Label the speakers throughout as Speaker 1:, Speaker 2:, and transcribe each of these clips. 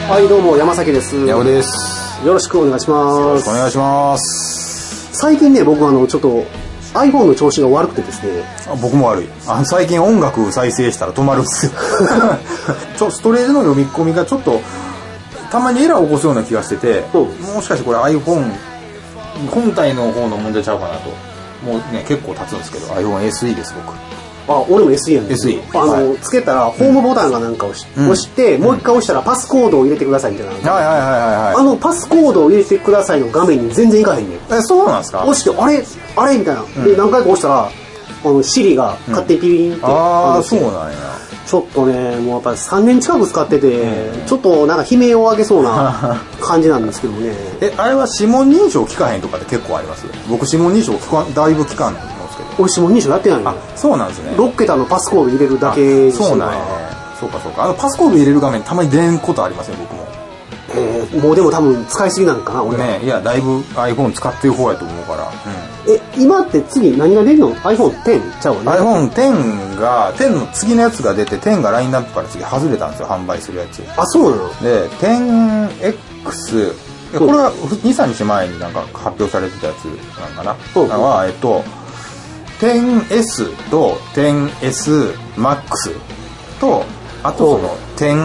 Speaker 1: はい、どうも山崎です。
Speaker 2: ヤオです。
Speaker 1: よろしくお願いします。
Speaker 2: よろしくお願いします。
Speaker 1: 最近ね、僕ちょっと iPhone の調子が悪くてですね。
Speaker 2: 僕も悪い。最近音楽再生したら止まるんですよ。ストレージの読み込みがちょっとたまにエラーを起こすような気がしてて、もしかしてこれ iPhone 本体の方の問題ちゃうかなと。もうね結構経つんですけど、 iPhone SE です僕。
Speaker 1: 俺も SE やねん。
Speaker 2: SE。
Speaker 1: つけたらホームボタンがなんか押して、もう一回押したらパスコードを入れてくださいみたいな。
Speaker 2: はい。
Speaker 1: パスコードを入れてくださいの画面に全然いかへんねん。
Speaker 2: そうなんですか？
Speaker 1: 押して、あれみたいな。で、何回か押したら、Siri が勝手にピリンって。
Speaker 2: そうなんや。
Speaker 1: ちょっとね、もうやっぱり3年近く使ってて、ちょっとなんか悲鳴を上げそうな感じなんですけどもね。
Speaker 2: あれは指紋認証聞かへんとかって結構あります？僕指紋認証だいぶ聞かんと思うんですけど。
Speaker 1: 俺指紋認証やってないの。
Speaker 2: そうなんですね。
Speaker 1: 6桁のパスコード入れるだけ
Speaker 2: そうなんやね。そうか。パスコード入れる画面たまに出んことありますね、僕も。
Speaker 1: もうでも多分使いすぎなんかな、俺
Speaker 2: ね。いや、だいぶ iPhone 使ってる方やと思うから。
Speaker 1: 今って次何が出るの？ iPhone X ちゃうわね。
Speaker 2: iPhone X の次のやつが出て、X がラインナップから次外れたんですよ、販売するやつ。
Speaker 1: あ、そうなの？
Speaker 2: で、10X、これが2、3日前になんか発表されてたやつなんかな。だから、10S と 10S Max と、あとその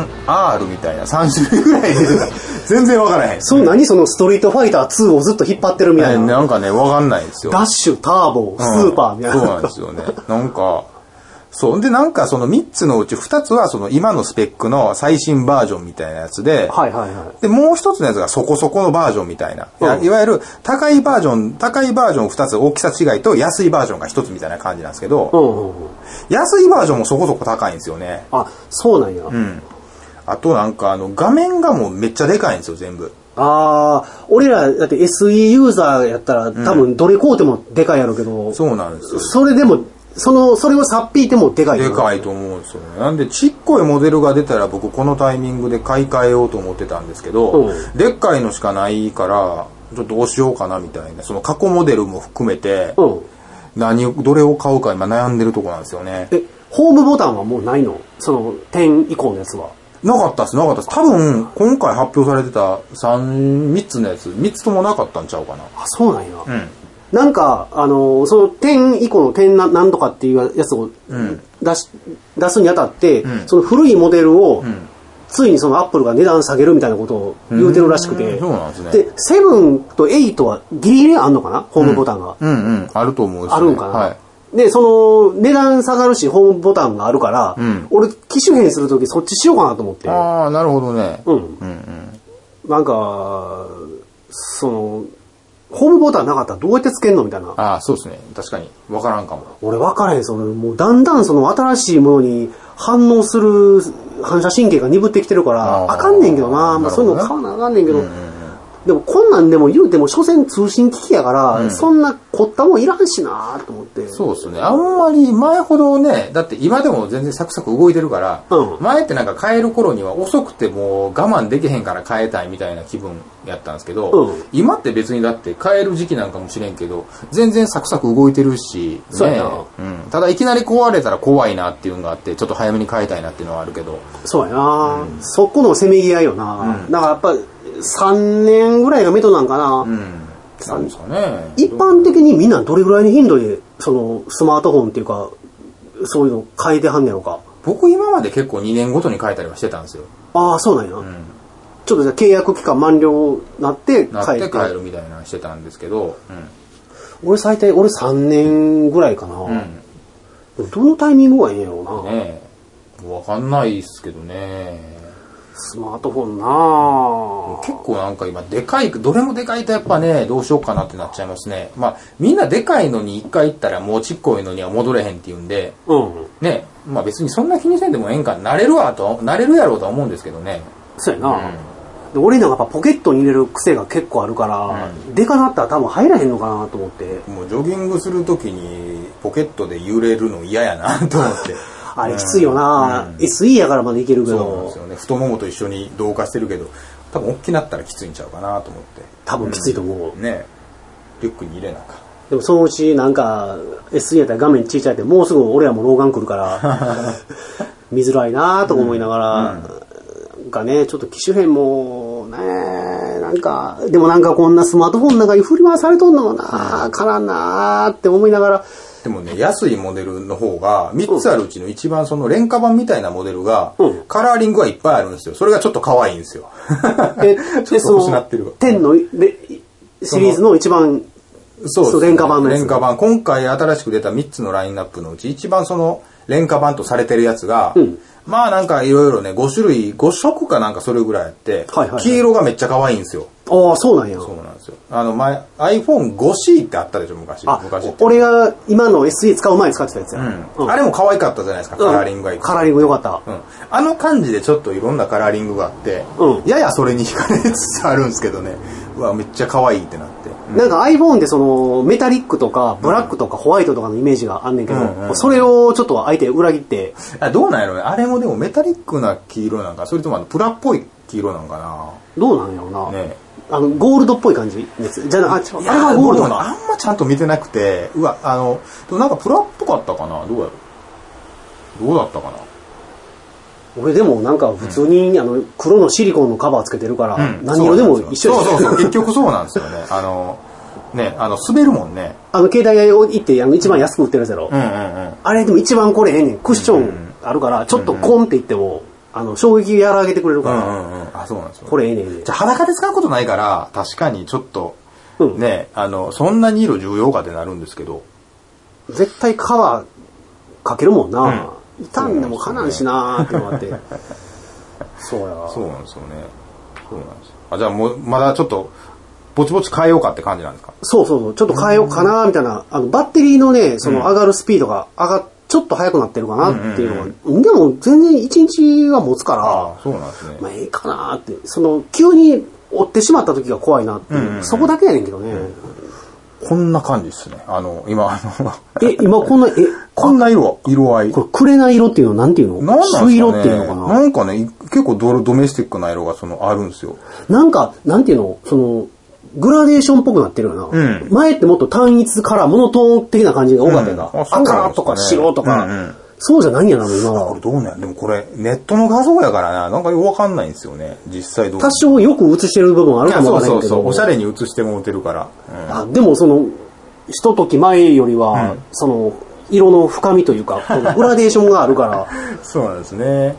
Speaker 2: 10R みたいな3種類ぐらい出てた。全然わからへん。
Speaker 1: 何そのストリートファイター2をずっと引っ張ってるみたいな。
Speaker 2: なんかね、わかんないですよ。
Speaker 1: ダッシュ、ターボ、スーパーみたいな。
Speaker 2: そうなんですよね。なんか、そう。で、なんかその3つのうち2つはその今のスペックの最新バージョンみたいなやつで、で、もう1つのやつがそこそこのバージョンみたいな。いわゆる高いバージョン2つ大きさ違いと安いバージョンが1つみたいな感じなんですけど、安いバージョンもそこそこ高いんですよね。
Speaker 1: あ、そうなんや。
Speaker 2: あとなんか画面がもうめっちゃでかいんですよ、全部。
Speaker 1: 俺らだって SE ユーザーやったら多分どれ買うてもでかいやろうけど、
Speaker 2: そうなんですよ。
Speaker 1: それでもそれをさっぴいてもでかい。
Speaker 2: でかいと思うんですよね。なんでちっこいモデルが出たら僕このタイミングで買い替えようと思ってたんですけど、でっかいのしかないからちょっとどうしようかなみたいな、その過去モデルも含めてどれを買うか今悩んでるとこなんですよね。
Speaker 1: ホームボタンはもうないの？その10以降のやつは。なかったっす。
Speaker 2: 多分今回発表されてた3つのやつ3つともなかったんちゃうかな。
Speaker 1: あ、そうなんや。なんかその10以降の10なんとかっていうやつを出すにあたって、その古いモデルをついにそのアップルが値段下げるみたいなことを言うてるらしくて、
Speaker 2: そうなんですね。
Speaker 1: で7と8はギリギリあんのかな、ホームボタンが。
Speaker 2: あると思うですね。
Speaker 1: あるんかな。で、その値段下がるしホームボタンがあるから、俺機種変するときそっちしようかなと思って。
Speaker 2: ああ、なるほどね。
Speaker 1: なんかそのホームボタンなかったらどうやってつけんのみたいな。
Speaker 2: ああ、そうですね。確かに分からんかも。
Speaker 1: 俺分からへん。もうだんだんその新しいものに反応する反射神経が鈍ってきてるからあかんねんけどな。そういうの買わなあかんねんけど。でもこんなんでも言うても所詮通信機器やから、そんな凝ったもんいらんしなと思って。
Speaker 2: そうですね。あんまり前ほどね、だって今でも全然サクサク動いてるから、前ってなんか変える頃には遅くてもう我慢できへんから変えたいみたいな気分やったんですけど、今って別にだって変える時期なんかもしれんけど、全然サクサク動いてるし、ただいきなり壊れたら怖いなっていうのがあって、ちょっと早めに変えたいなっていうのはあるけど。
Speaker 1: そうやな、そこのせめぎ合いよな。だからやっぱ3年ぐらいが目処なんかな。
Speaker 2: なんですかね。
Speaker 1: 一般的にみんなどれぐらいの頻度でそのスマートフォンっていうかそういうの変えてはんねやろか。
Speaker 2: 僕今まで結構2年ごとに変えたりはしてたんですよ。
Speaker 1: ああ、そうなんや。ちょっとじゃあ契約期間満了なって変え
Speaker 2: るみたいなしてたんですけど、
Speaker 1: 俺最低3年ぐらいかな。どのタイミングがいいんやろうな。
Speaker 2: ねえ、わかんないっすけどね。
Speaker 1: スマートフォンな
Speaker 2: 結構なんか今でかい、どれもでかいとやっぱね、どうしようかなってなっちゃいますね。まあみんなでかいのに一回行ったらもうちっこいのには戻れへんって言うんで、ね、まあ別にそんな気にせんでもええんかなれるやろうとは思うんですけどね。
Speaker 1: そうやな。で俺なんかやっぱポケットに入れる癖が結構あるから、でかなったら多分入らへんのかなと思って。
Speaker 2: もうジョギングするときにポケットで揺れるの嫌やなと思って。
Speaker 1: あれきついよな、SE やからまでいけるけど。
Speaker 2: そうなんですよね。太ももと一緒に同化してるけど、多分大きなったらきついんちゃうかなと思って。
Speaker 1: 多分きついと思う。
Speaker 2: ね、リュックに入れなか。
Speaker 1: でもそのうちなんか SE やったら画面小さいってもうすぐ俺らも老眼来るから見づらいなと思いながら、 かね、ちょっと機種変もね、なんか、でもなんかこんなスマートフォンの中に振り回されとんのもな、からんなって思いながら。
Speaker 2: でもね、安いモデルの方が、3つあるうちの一番その廉価版みたいなモデルが、カラーリングがいっぱいあるんですよ。それがちょっと可愛いんですよ。ちょっと欲しなってるわ。
Speaker 1: 10のシリーズの一番、
Speaker 2: そう
Speaker 1: 廉価版のやつ。
Speaker 2: 廉価版。今回新しく出た3つのラインナップのうち、一番その廉価版とされてるやつが、まあなんかいろいろね、5種類、5色かなんかそれぐらいあって、黄色がめっちゃ可愛いんですよ。
Speaker 1: ああ、そうなんや。
Speaker 2: そうなんですよ。前、iPhone5C ってあったでしょ、昔。
Speaker 1: 俺が今の SE 使う前に使ってたやつや。
Speaker 2: あれも可愛かったじゃないですか、カラーリングがいい。
Speaker 1: カラーリング良かった。
Speaker 2: あの感じでちょっといろんなカラーリングがあって、ややそれに惹かれつつあるんですけどね。うわ、めっちゃ可愛いってなって。
Speaker 1: なんか iPhone でそのメタリックとかブラックとかホワイトとかのイメージがあんねんけど、それをちょっと相手裏切って。
Speaker 2: どうなんやろね。あれもでもメタリックな黄色なんか、それともプラっぽい黄色なんかな。
Speaker 1: どうなんやろな。
Speaker 2: ね。
Speaker 1: ゴールドっぽい感じじゃあ、あれはゴールド
Speaker 2: あんまちゃんと見てなくて、うわ、でもなんかプラっぽかったかな。どうやろ。どうだったかな。
Speaker 1: 俺でもなんか普通に黒のシリコンのカバーつけてるから、何色でも一緒
Speaker 2: ですよ。そう結局そうなんですよね。滑るもんね。
Speaker 1: 携帯屋行って一番安く売ってるやつやろ。あれでも一番これええねん。クッションあるから、ちょっとコンっていっても、衝撃和らげてくれるから。
Speaker 2: あ、そうなんですよ。
Speaker 1: これええねん。
Speaker 2: じゃあ裸で使うことないから、確かにちょっと、ね、そんなに色重要かってなるんですけど。
Speaker 1: 絶対カバーかけるもんな。傷んでもかなんしなーってのがあって。そうや。
Speaker 2: そうなんですよね。そうなんですよ。じゃあもう、まだちょっと、ぼちぼち変えようかって感じなんですか？
Speaker 1: そう。ちょっと変えようかなみたいな。バッテリーのね、その上がるスピードがちょっと速くなってるかなっていうのが、でも全然1日は持つから、
Speaker 2: そうなんですね。
Speaker 1: まあいいかなって。急に折ってしまった時が怖いなっていう、そこだけやねんけどね。
Speaker 2: こんな感じですね。今
Speaker 1: 今こんな
Speaker 2: 色合い。
Speaker 1: これ、紅色っていうのなんていうの？朱色っていうのかな？
Speaker 2: なんかね、結構ドメスティックな色があるんですよ。
Speaker 1: なんか、なんていうの？グラデーションっぽくなってるよな。前ってもっと単一カラー、モノトーン的な感じが多かったよな。赤とか白とか。そうじゃないんやな、今は。
Speaker 2: これどうね。でもこれ、ネットの画像やからな、なんかよくわかんないんですよね。実際どう。
Speaker 1: 多少よく映してる部分あるかもわからないけど。
Speaker 2: そう。おしゃれに映してもうてるから。
Speaker 1: でもひととき前よりは、色の深みというか、グラデーションがあるから。
Speaker 2: そうなんですね。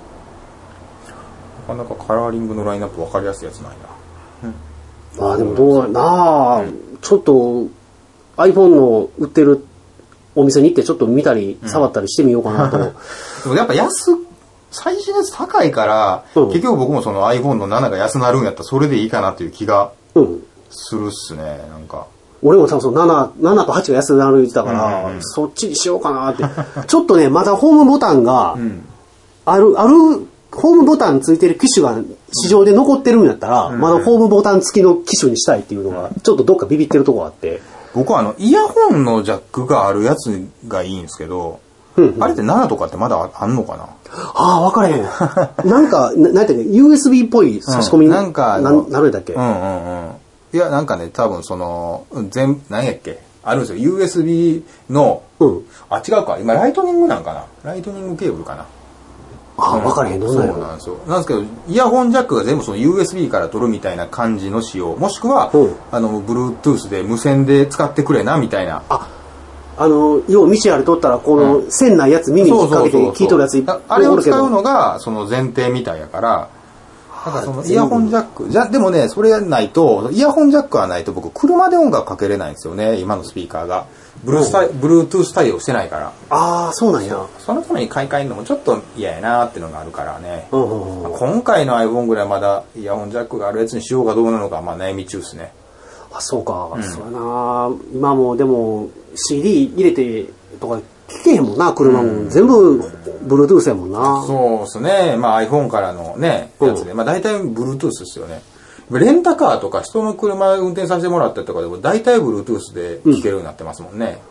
Speaker 2: なかなかカラーリングのラインナップ分かりやすいやつないな。
Speaker 1: でもどうやな、ちょっと iPhone の売ってるお店に行ってちょっと見たり触ったりしてみようかなと。で
Speaker 2: もやっぱ最新のやつ高いから、結局僕もその iPhone の7が安なるんやったらそれでいいかなという気がするっすね、なんか。
Speaker 1: 俺も多分7と8が安なる言ってたから、そっちにしようかなって。ちょっとね、まだホームボタンが、ホームボタンついてる機種が市場で残ってるんやったら、まだホームボタン付きの機種にしたいっていうのが、ちょっとどっかビビってるとこがあって。
Speaker 2: 僕はイヤホンのジャックがあるやつがいいんですけど、あれって7とかってまだあんのかな？
Speaker 1: わかれへん。なんか、なんていうか、USB っぽい差し込みなんか、なるんだっけ？
Speaker 2: いや、なんかね、多分何やっけ？あるんですよ。USB の、違うか。今、ライトニングなんかな？ライトニングケーブルかな？
Speaker 1: わかれへん。どんな
Speaker 2: そうなんですよ。なんですけど、イヤホンジャックが全部USB から取るみたいな感じの仕様。もしくは、Bluetooth で無線で使ってくれな、みたいな。
Speaker 1: 要は道あれ取ったら、線ないやつ耳に引っ掛けて聞いとるやつ
Speaker 2: あれを使うのが、前提みたいやから、なんかイヤホンジャック、でもね、それないと、イヤホンジャックはないと僕、車で音楽かけれないんですよね、今のスピーカーが。Bluetooth 対応してないから。
Speaker 1: そうなんや。
Speaker 2: そのために買い替えるのもちょっと嫌やなっていうのがあるからね。今回の iPhone ぐらいまだイヤホンジャックがあるやつにしようかどうなのか、悩み中ですね。
Speaker 1: そうか、そうやな。今もでも CD 入れてとか聞けへんもんな、車も。全部 Bluetooth やもんな。
Speaker 2: そうですね。iPhone からのね、やつで。大体 Bluetooth ですよね。レンタカーとか人の車運転させてもらったりとかでも大体 Bluetooth で聴けるようになってますもんね。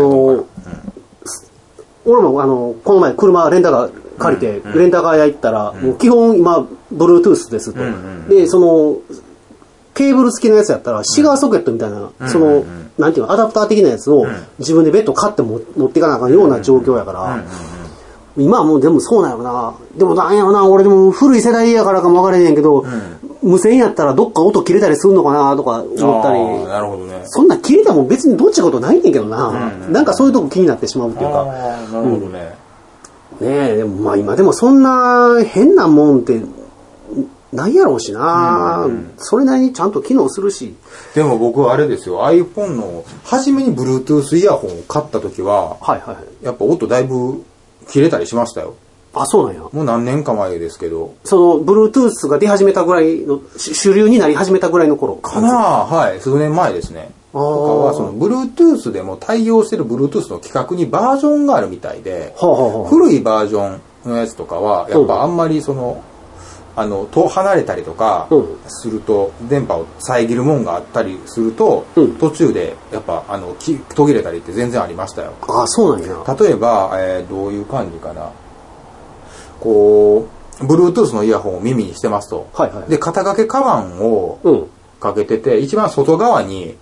Speaker 1: 俺もこの前車レンタカー借りて、レンタカー屋行ったら、もう基本今 Bluetooth ですと。で、ケーブル付きのやつやったら、シガーソケットみたいな、なんていうの、アダプター的なやつを自分で別途買って持っていかなあかんような状況やから、 今はもうでもそうなんやろな。でもなんやろな、俺でも古い世代やからかも分からへんけど、無線やったらどっか音切れたりするのかなとか思ったり。
Speaker 2: なるほどね。
Speaker 1: そんな切れたもん別にどっちことないねんけどな。なんかそういうとこ気になってしまうっていうか。
Speaker 2: なるほどね。
Speaker 1: ねえ、でもまあ今でもそんな変なもんってないやろうしな、それなりにちゃんと機能するし。
Speaker 2: でも僕はあれですよ、iPhone の初めに Bluetooth イヤホンを買った時は、やっぱ音だいぶ切れたりしましたよ。
Speaker 1: あ、そうなんや。
Speaker 2: もう何年か前ですけど。
Speaker 1: その Bluetooth が出始めたぐらいの、主流になり始めたぐらいの頃
Speaker 2: かな。はい、数年前ですね。とかはその Bluetooth でも対応してる Bluetooth の規格にバージョンがあるみたいで、古いバージョンのやつとかはやっぱあんまりその、離れたりとかすると、電波を遮るもんがあったりすると、途中でやっぱ途切れたりって全然ありましたよ。
Speaker 1: ああ、そうなんや。
Speaker 2: 例えば、どういう感じかな。こう Bluetooth のイヤホンを耳にしてますと、で肩掛けカバンをかけてて、一番外側に、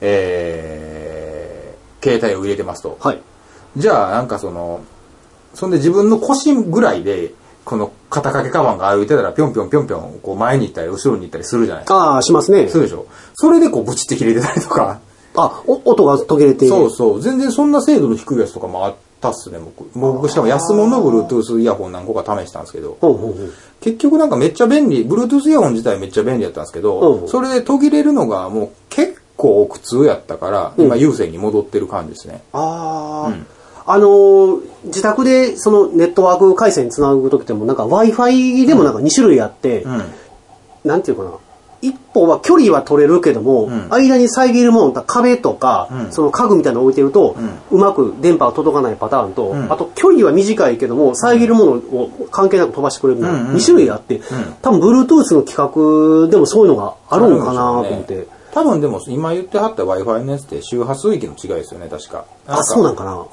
Speaker 2: 携帯を入れてますと、じゃあなんかそんで自分の腰ぐらいでこの肩掛けカバンが歩いてたらぴょんぴょんぴょんぴょんこう前に行ったり後ろに行ったりするじゃないですか。
Speaker 1: ああ、しますね。
Speaker 2: そうでしょ。それでこうブチって切れてたりとか。
Speaker 1: あ、音が途切れて。
Speaker 2: そうそう。全然そんな精度の低いやつとかもあったっすね、僕しかも安物の Bluetooth イヤホン何個か試したんですけど、結局なんかめっちゃ便利、Bluetooth イヤホン自体めっちゃ便利だったんですけど、それで途切れるのがもう結構苦痛やったから、今有線に戻ってる感じですね。
Speaker 1: 自宅でそのネットワーク回線つなぐときでもなんか Wi-Fi でもなんか2種類あって、なんていうかな、一方は距離は取れるけども、間に遮るもの、壁とか、その家具みたいなの置いてると、うまく電波が届かないパターンと、あと距離は短いけども、遮るものを関係なく飛ばしてくれるのが2種類あって、多分 Bluetooth の規格でもそういうのがあるのかなと思って。
Speaker 2: 多分でも今言ってはった Wi-Fi のやつって周波数域の違いですよね、確か。
Speaker 1: あ、そうなんかな。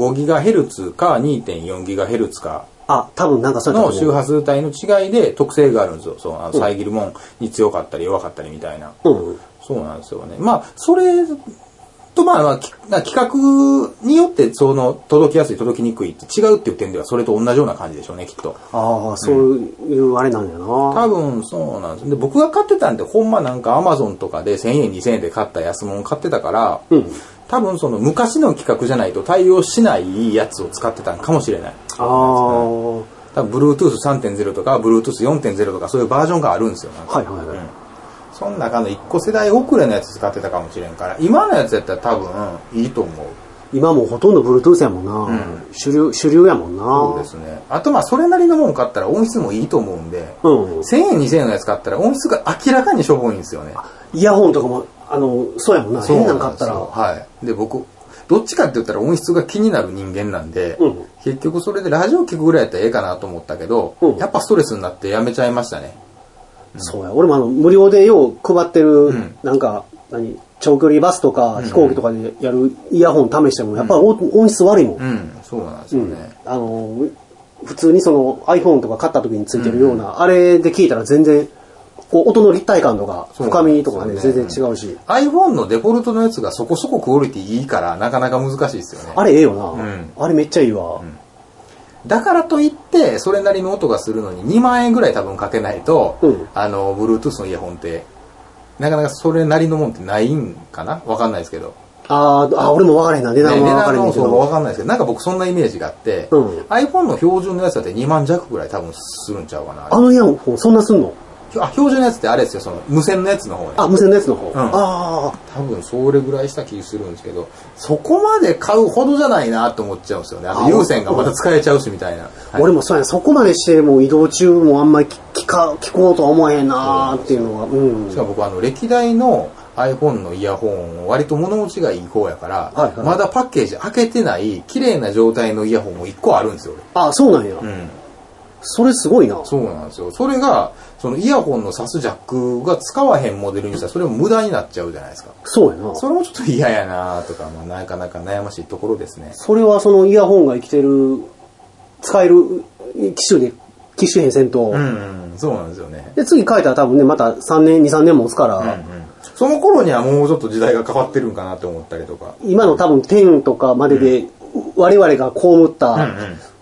Speaker 2: 5GHz か 2.4GHz か。
Speaker 1: あ、多分なんかそう
Speaker 2: の周波数帯の違いで特性があるんですよ。遮るもんに強かったり弱かったりみたいな。そうなんですよね。まあ、それと規格によって届きやすい届きにくいって違うっていう点ではそれと同じような感じでしょうね、きっと。
Speaker 1: ああ、そういうあれなんだよな。
Speaker 2: 多分そうなんです。で、僕が買ってたんでほんまなんか Amazon とかで1000円2000円で買った安物買ってたから、多分その昔の規格じゃないと対応しないやつを使ってたんかもしれない。多分 Bluetooth 3.0 とか Bluetooth 4.0 とかそういうバージョンがあるんですよ。その中の1個世代遅れのやつ使ってたかもしれんから、今のやつやったら多分いいと思う。
Speaker 1: 今もうほとんど Bluetooth やもんな、主流やもんな。
Speaker 2: そうですね。あとそれなりのもん買ったら音質もいいと思うんで、1000円2000円のやつ買ったら音質が明らかにしょぼいんですよね。
Speaker 1: イヤホンとかもそうやもんな。変なん買ったら。
Speaker 2: で僕どっちかって言ったら音質が気になる人間なんで、結局それでラジオ聞くぐらいやったらええかなと思ったけど、やっぱストレスになってやめちゃいましたね。
Speaker 1: そうや。俺も無料でよう配ってる、なんか長距離バスとか飛行機とかでやるイヤホン試してもやっぱり音質悪いもん。
Speaker 2: そうなんですよね。
Speaker 1: 普通にその iPhone とか買った時についてるような、あれで聞いたら全然音の立体感とか深みとかね、全然違うし。
Speaker 2: iPhone のデフォルトのやつがそこそこクオリティいいからなかなか難しいですよね。
Speaker 1: あれええよな。あれめっちゃいいわ。
Speaker 2: だからといってそれなりの音がするのに2万円ぐらい多分かけないと、Bluetooth のイヤホンってなかなかそれなりのもんってないんかな、わかんないですけど。
Speaker 1: 俺もわからへんな。値段はわからへんけど。
Speaker 2: わかんないですけど、なんか僕そんなイメージがあって、iPhone の標準のやつだって2万弱ぐらい多分するんちゃうかな。
Speaker 1: あのイヤホンそんなすんの？
Speaker 2: 標準のやつってあれですよ、その無線のやつの方ね。
Speaker 1: 無線のやつの方。
Speaker 2: 多分それぐらいした気するんですけど、そこまで買うほどじゃないなと思っちゃうんですよね。あと有線がまた使えちゃうしみたいな。
Speaker 1: 俺もそうや、そこまでしても移動中もあんまり聞こうとは思えへんなっていうのは。
Speaker 2: しかも僕歴代の iPhone のイヤホン割と物持ちがいい方やから、まだパッケージ開けてない綺麗な状態のイヤホンも1個あるんですよ。
Speaker 1: そうなんや。それすごいな。
Speaker 2: そうなんですよ。それがそのイヤホンの挿すジャックが使わへんモデルにしたらそれも無駄になっちゃうじゃないですか。
Speaker 1: そうやな。
Speaker 2: それもちょっと嫌やなとか、なかなか悩ましいところですね。
Speaker 1: それはそのイヤホンが生きてる使える機種変遷と、
Speaker 2: そうなんですよね。
Speaker 1: で次変えたら多分ねまた2、3年もつから、
Speaker 2: その頃にはもうちょっと時代が変わってるんかなと思ったりとか。
Speaker 1: 今の多分10とかまでで我々が被った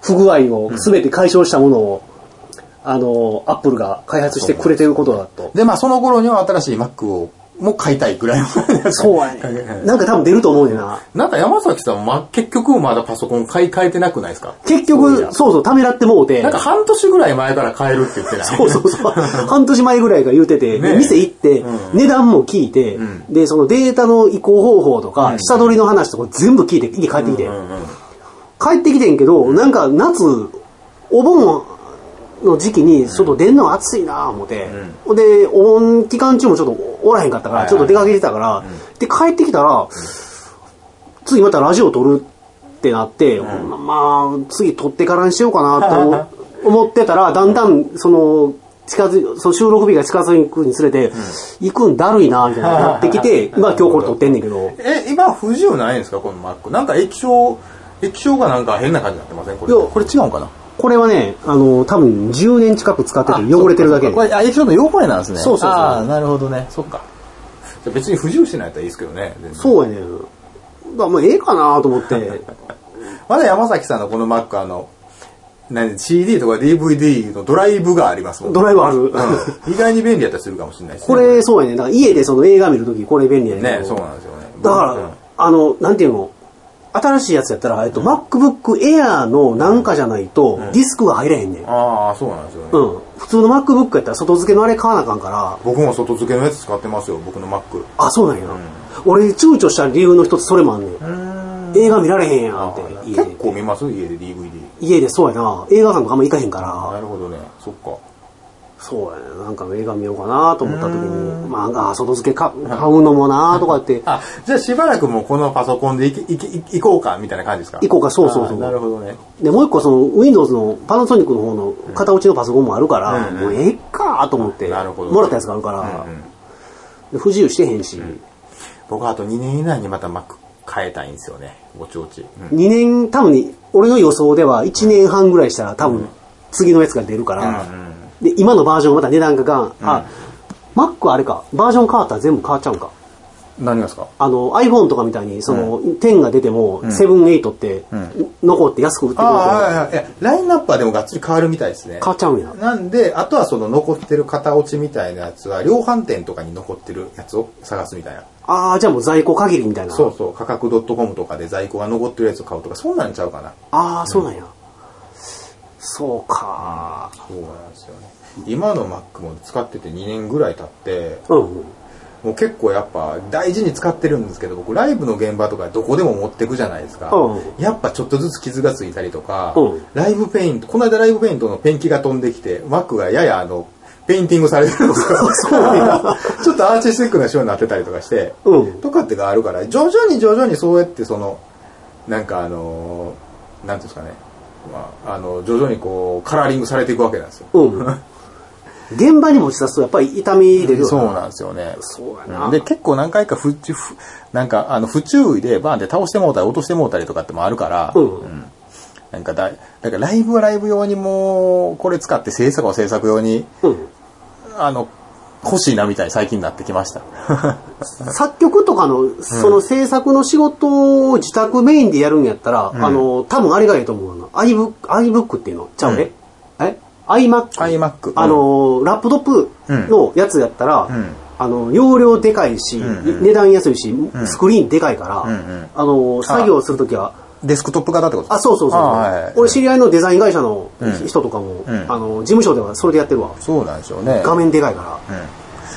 Speaker 1: 不具合を全て解消したものを、アップルが開発してくれてることだと。
Speaker 2: で、まあその頃には新しい Mac をもう買いたいぐらいの。
Speaker 1: そうやね。なんか多分出ると思うねんな。
Speaker 2: なんか山崎さんも、結局まだパソコン買い替えてなくないですか？
Speaker 1: 結局、そうためらってもうて。
Speaker 2: なんか半年ぐらい前から買えるって言ってない？
Speaker 1: そう。半年前ぐらいから言うてて、ね、店行って、値段も聞いて、で、そのデータの移行方法とか、下取りの話とか全部聞いて、家帰ってきて。帰ってきてんけど、なんか夏、お盆の時期に外出んの暑いなぁ思って、で、お盆期間中もちょっとおらへんかったから、ちょっと出かけてたから、で、帰ってきたら、次またラジオ撮るってなって、まあ、次撮ってからにしようかなと思ってたら、だんだん、その収録日が近づくにつれて、行くんだるいなみたいになってきて、今日これ撮ってんねんけど。
Speaker 2: 今不自由ないんですかこの Mac？ なんか液晶がなんか変な感じになってません？これ違うんかな？
Speaker 1: これはね、多分10年近く使ってて汚れてるだけで。
Speaker 2: これ、液晶の汚れなんですね。
Speaker 1: そう。あ
Speaker 2: あ、なるほどね。そっか。別に不自由してないといいですけどね。
Speaker 1: そうやね。だからもうええかなと思って。
Speaker 2: まだ山崎さんのこの Mac、CD とか DVD のドライブがありますもんね。
Speaker 1: ドライブある。
Speaker 2: 意外に便利やったりするかもしれないですね。
Speaker 1: これ、そうやね。だから家でその映画見るとき、これ便利やね。
Speaker 2: ね、そうなんですよね。
Speaker 1: だから、なんていうの、新しいやつやったら、MacBook Air のなんかじゃないと、ディスクが入れへんねん。
Speaker 2: ああ、そうなんですよね。
Speaker 1: 普通の MacBook やったら外付けのあれ買わなあかんから。
Speaker 2: 僕も外付けのやつ使ってますよ、僕の Mac。
Speaker 1: あ、そうなんや。俺、躊躇した理由の一つそれもあんねん。映画見られへんやんって。
Speaker 2: 結構見ます家で DVD。
Speaker 1: 家でそうやな。映画館とかあんま行かへんから。
Speaker 2: なるほどね。そっか。
Speaker 1: そうやね。なんか映画見ようかなと思った時に、まあ、外付け買うのもなとかって。
Speaker 2: じゃあしばらくもうこのパソコンで行こうかみたいな感じですか？
Speaker 1: 行こうか、そう。
Speaker 2: なるほどね。
Speaker 1: で、もう一個その Windows のパナソニックの方の片落ちのパソコンもあるから、もうええかと思って、もらったやつがあるから、不自由してへんし。
Speaker 2: 僕はあと2年以内にまた Mac 変えたいんですよね。ぼちぼち。
Speaker 1: 2年、多分俺の予想では1年半ぐらいしたら多分次のやつが出るから、で、今のバージョンまた値段がMac あれか、バージョン変わったら全部変わっちゃうんか。
Speaker 2: 何がですか
Speaker 1: ？iPhone とかみたいに、10が出ても、7、8って残って安く売ってくる
Speaker 2: から。ラインナップはでもがっつり変わるみたいですね。
Speaker 1: 変わっちゃうんや。
Speaker 2: なんで、あとはその残ってる型落ちみたいなやつは、量販店とかに残ってるやつを探すみたいな。
Speaker 1: じゃあもう在庫限りみたいな。
Speaker 2: そう、価格 .com とかで在庫が残ってるやつを買うとか、そんなんちゃうかな。
Speaker 1: そうなんや。そうか。
Speaker 2: そうなんですよね。今の Mac も使ってて2年ぐらい経って、もう結構やっぱ大事に使ってるんですけど、僕ライブの現場とかどこでも持ってくじゃないですか。やっぱちょっとずつ傷がついたりとか、ライブペイント、この間ライブペイントのペンキが飛んできて、Mac がややペインティングされてるとか、ちょっとアーティスティックな仕様になってたりとかして、とかってがあるから、徐々にそうやってなんかなんていうんですかね、徐々にこうカラーリングされていくわけなんですよ。
Speaker 1: 現場に持ち出すとやっぱり痛み出るよ。
Speaker 2: そうなんですよね。
Speaker 1: そうやな。
Speaker 2: で、結構何回か不注意でバーンって倒してもうたり落としてもうたりとかってもあるから、なんかライブはライブ用にもこれ使って制作は制作用に、欲しいなみたいに最近なってきました。
Speaker 1: 作曲とかのその制作の仕事を自宅メインでやるんやったら、多分あれがいいと思うな。iBook っていうのちゃうね。iMac。ラップトップのやつやったら、容量でかいし、値段安いし、スクリーンでかいから、作業するときは、
Speaker 2: デスクトップ型ってことですか？
Speaker 1: そう。俺知り合いのデザイン会社の人とかも、事務所ではそれでやってるわ。
Speaker 2: そうなんでしょうね。
Speaker 1: 画面でかいから。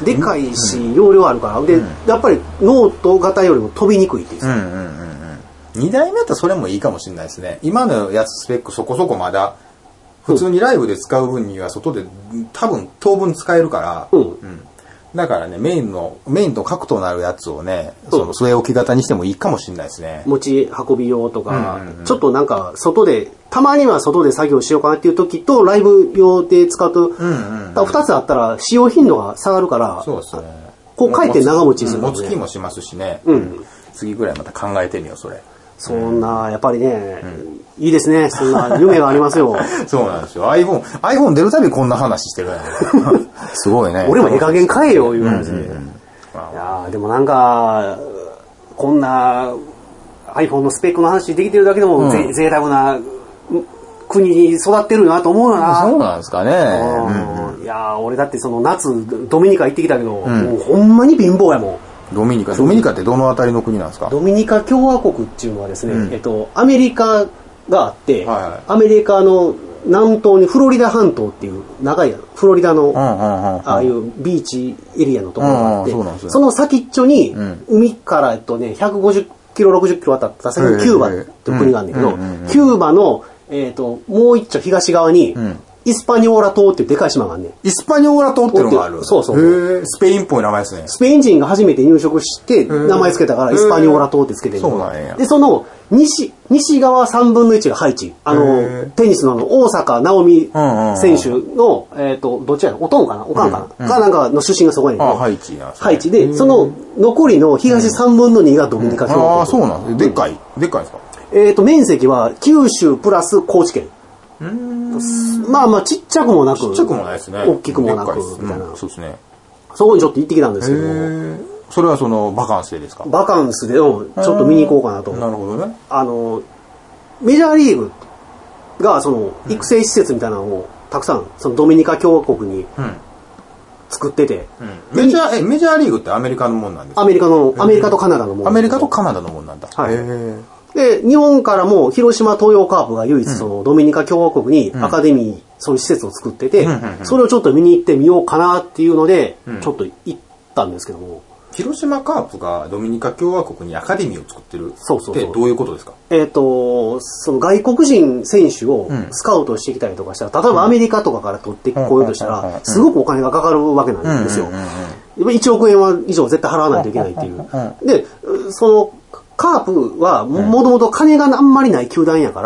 Speaker 1: でかいし、容量あるから。で、やっぱりノート型よりも飛びにくいっていう。
Speaker 2: 2台目だったらそれもいいかもしれないですね。今のやつスペックそこそこまだ、普通にライブで使う分には外で多分当分使えるから、だからね、メインと核となるやつをね、据え置き型にしてもいいかもしれないですね。
Speaker 1: 持ち運び用とか、ちょっとなんかたまには外で作業しようかなっていう時と、ライブ用で使うと、2つあったら使用頻度が下がるから、
Speaker 2: そうですね。
Speaker 1: こう書いて長持ちする
Speaker 2: 持ちきもしますしね。次ぐらいまた考えてみよう、それ。
Speaker 1: そんな、やっぱりね、いいですね。そんな夢がありますよ。
Speaker 2: そうなんですよ。iPhone 出るたびこんな話してるやん。すごいね。
Speaker 1: 俺もええ加減買えよ、いう話で。いやでもなんか、こんな iPhone のスペックの話できてるだけでも、贅沢な国に育ってるなと思うよな。
Speaker 2: そうなんですかね。
Speaker 1: いや俺だってその夏、ドミニカ行ってきたけど、もうほんまに貧乏やもん。
Speaker 2: ドミニカってどのあたりの国なんですか？
Speaker 1: ドミニカ共和国っていうのはですね、アメリカがあって、アメリカの南東にフロリダ半島っていう長いフロリダのああいうビーチエリアのところがあって、その先っちょに海から150キロ60キロ渡った先にキューバっていう国があるんだけど、キューバのもう一丁東側にイスパニョーラ島っていうでかい島があるねん。
Speaker 2: イスパニョーラ島っていうのがある。
Speaker 1: そうそう。
Speaker 2: スペインっぽい名前ですね。
Speaker 1: スペイン人が初めて入植して名前つけたからイスパニョーラ島ってつけてる
Speaker 2: そうなんや。
Speaker 1: で、その西側3分の1がハイチ。テニスの大坂なおみ選手の、どっちやろおとんかなおかんかな、なんかの出身がそこに。
Speaker 2: ハイチなんですね。
Speaker 1: ハイチで、その残りの東3分の2がドミニカ共和国。
Speaker 2: そうなんです。でっかいですか？
Speaker 1: 面積は九州プラス高知県。まあまあちっちゃくもなく。
Speaker 2: ちっちゃくもないですね。
Speaker 1: 大きくもなく。みたいな。
Speaker 2: そうですね。
Speaker 1: そこにちょっと行ってきたんですけど。
Speaker 2: それはそのバカンスでですか？
Speaker 1: バカンスでちょっと見に行こうかなと。
Speaker 2: なるほどね。
Speaker 1: メジャーリーグがその育成施設みたいなのをたくさんそのドミニカ共和国に作ってて。
Speaker 2: メジャーリーグってアメリカのもんなんですか？
Speaker 1: アメリカとカナダのもん。
Speaker 2: アメリカとカナダのもんなんだ。
Speaker 1: はい。で、日本からも広島東洋カープが唯一そのドミニカ共和国にアカデミー、そういう施設を作ってて、それをちょっと見に行ってみようかなっていうので、ちょっと行ったんですけども。
Speaker 2: 広島カープがドミニカ共和国にアカデミーを作ってるってどういうことですか？
Speaker 1: その外国人選手をスカウトしてきたりとかしたら、例えばアメリカとかから取ってこようとしたら、すごくお金がかかるわけなんですよ。1億円は以上絶対払わないといけないっていう。で、その、カープはもともと金があんまりない球団やから、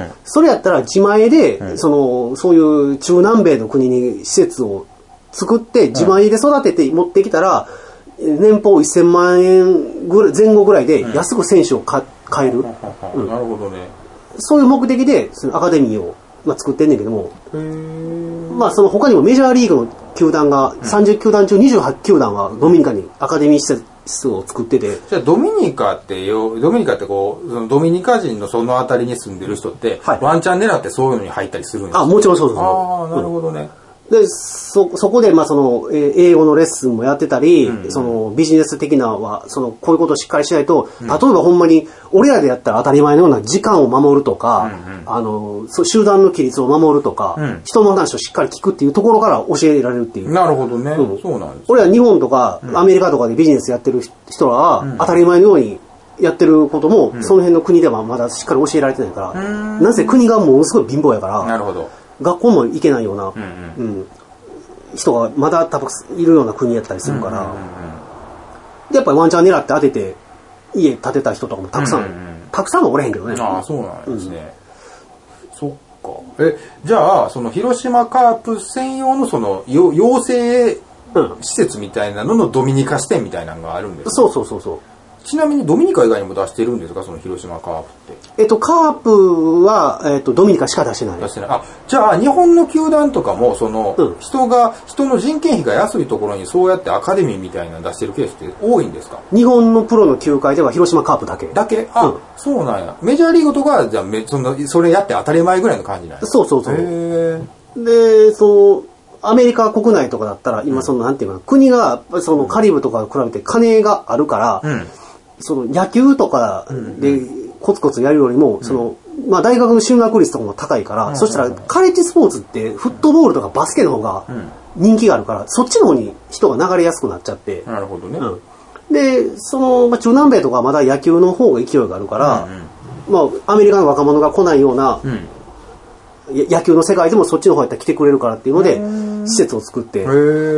Speaker 1: それやったら自前で、そういう中南米の国に施設を作って自前で育てて持ってきたら、年俸1000万円前後ぐらいで安く選手を買える。
Speaker 2: なるほどね。
Speaker 1: そういう目的でそのアカデミーを作ってんねんけども、まあその他にもメジャーリーグの球団が30球団中28球団はドミニカにアカデミー施設を作ってて。
Speaker 2: じゃあドミニカってこう、そのドミニカ人のその辺りに住んでる人って、ワンチャン狙ってそういうのに入ったりするんですか？
Speaker 1: もちろんそうです。
Speaker 2: なるほどね。
Speaker 1: で、そこで、その、英語のレッスンもやってたり、その、ビジネス的なは、こういうことをしっかりしないと、例えばほんまに、俺らでやったら当たり前のような時間を守るとか、集団の規律を守るとか、人の話をしっかり聞くっていうところから教えられるっていう。
Speaker 2: なるほどね。そうなんです。
Speaker 1: 俺ら日本とか、アメリカとかでビジネスやってる人らは、当たり前のようにやってることも、その辺の国ではまだしっかり教えられてないから、なぜ国がものすごい貧乏やから、
Speaker 2: なるほど。
Speaker 1: 学校も行けないような、人がまだ多分いるような国やったりするから、でやっぱりワンチャン狙って当てて家建てた人とかもたくさんはおれへんけどね。
Speaker 2: そうなんですね。そっか。じゃあその広島カープ専用のその養成施設みたいなののドミニカ支店みたいなのがあるんですか？
Speaker 1: そう。
Speaker 2: ちなみにドミニカ以外にも出してるんですか、その広島カープって。
Speaker 1: カープは、ドミニカしか出してない。
Speaker 2: じゃあ日本の球団とかもその、人の人件費が安いところにそうやってアカデミーみたいなの出してるケースって多いんですか？日
Speaker 1: 本のプロの球界では広島カープだけ。
Speaker 2: そうなんや。メジャーリーグとかはじゃあそれやって当たり前ぐらいの感じなんですか？
Speaker 1: そう。で、アメリカ国内とかだったら今なんていうかな、国がそのカリブとか比べて金があるから、その野球とかでコツコツやるよりも、大学の進学率とかも高いから、そしたらカレッジスポーツってフットボールとかバスケの方が人気があるから、そっちの方に人が流れやすくなっちゃって。
Speaker 2: なるほどね。
Speaker 1: で、中南米とかはまだ野球の方が勢いがあるから、アメリカの若者が来ないような、野球の世界でもそっちの方やったら来てくれるからっていうので、施設を作って、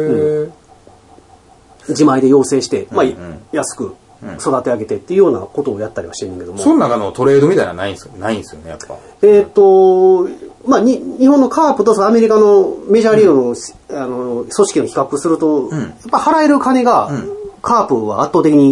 Speaker 1: 自前で養成して、安く育て上げてっていうようなことをやったりはしてるんだけども。
Speaker 2: その中のトレードみたいなのないんですよね、やっぱ。
Speaker 1: 日本のカープとアメリカのメジャーリーグの、組織を比較すると、やっぱ払える金が、カープは圧倒的に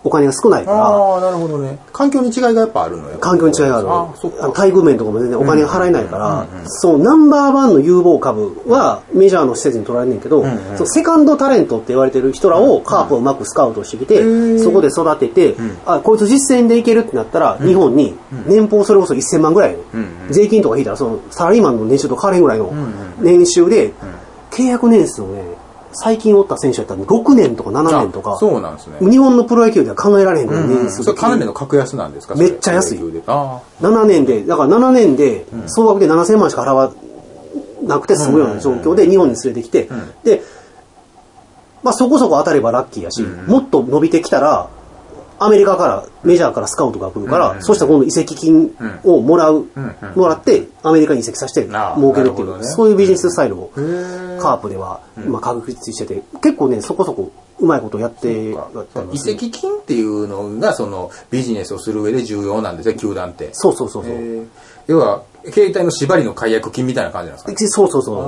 Speaker 1: お金が少ないから。
Speaker 2: ああ、なるほどね。環境に違いがやっぱあるのよ。
Speaker 1: 環境に違いがある。
Speaker 2: そっか。
Speaker 1: 待遇面とかも全然お金が払えないから、そう、ナンバーワンの有望株はメジャーの施設に取られるんけど、そうセカンドタレントって言われてる人らをカープをうまくスカウトしてきて、そこで育てて、こいつ実践でいけるってなったら、日本に年俸それこそ1000万ぐらいの、税金とか引いたら、そのサラリーマンの年収と変わらへんぐらいの年収で、契約年数をね、最近おった選手やったら6年とか7年とか、
Speaker 2: そうなんですね。
Speaker 1: 日本のプロ野球では考えられへんぐらい年数。
Speaker 2: それかなりの格安なんですか？
Speaker 1: めっちゃ安い。7年で、だから7年で、総額で7000万しか払わなくて済むような状況で日本に連れてきて、で、まあそこそこ当たればラッキーやし、もっと伸びてきたら、アメリカから、メジャーからスカウトが来るから、そうしたら今度移籍金をもらって、アメリカに移籍させて儲けるっていう、そういうビジネススタイルをカープでは今確立してて、結構ね、そこそこうまいことやって
Speaker 2: 移籍金っていうのが、そのビジネスをする上で重要なんですね、球団って。
Speaker 1: そうそうそう。
Speaker 2: 要は、携帯の縛りの解約金みたいな感じなんですか？
Speaker 1: そうそうそう。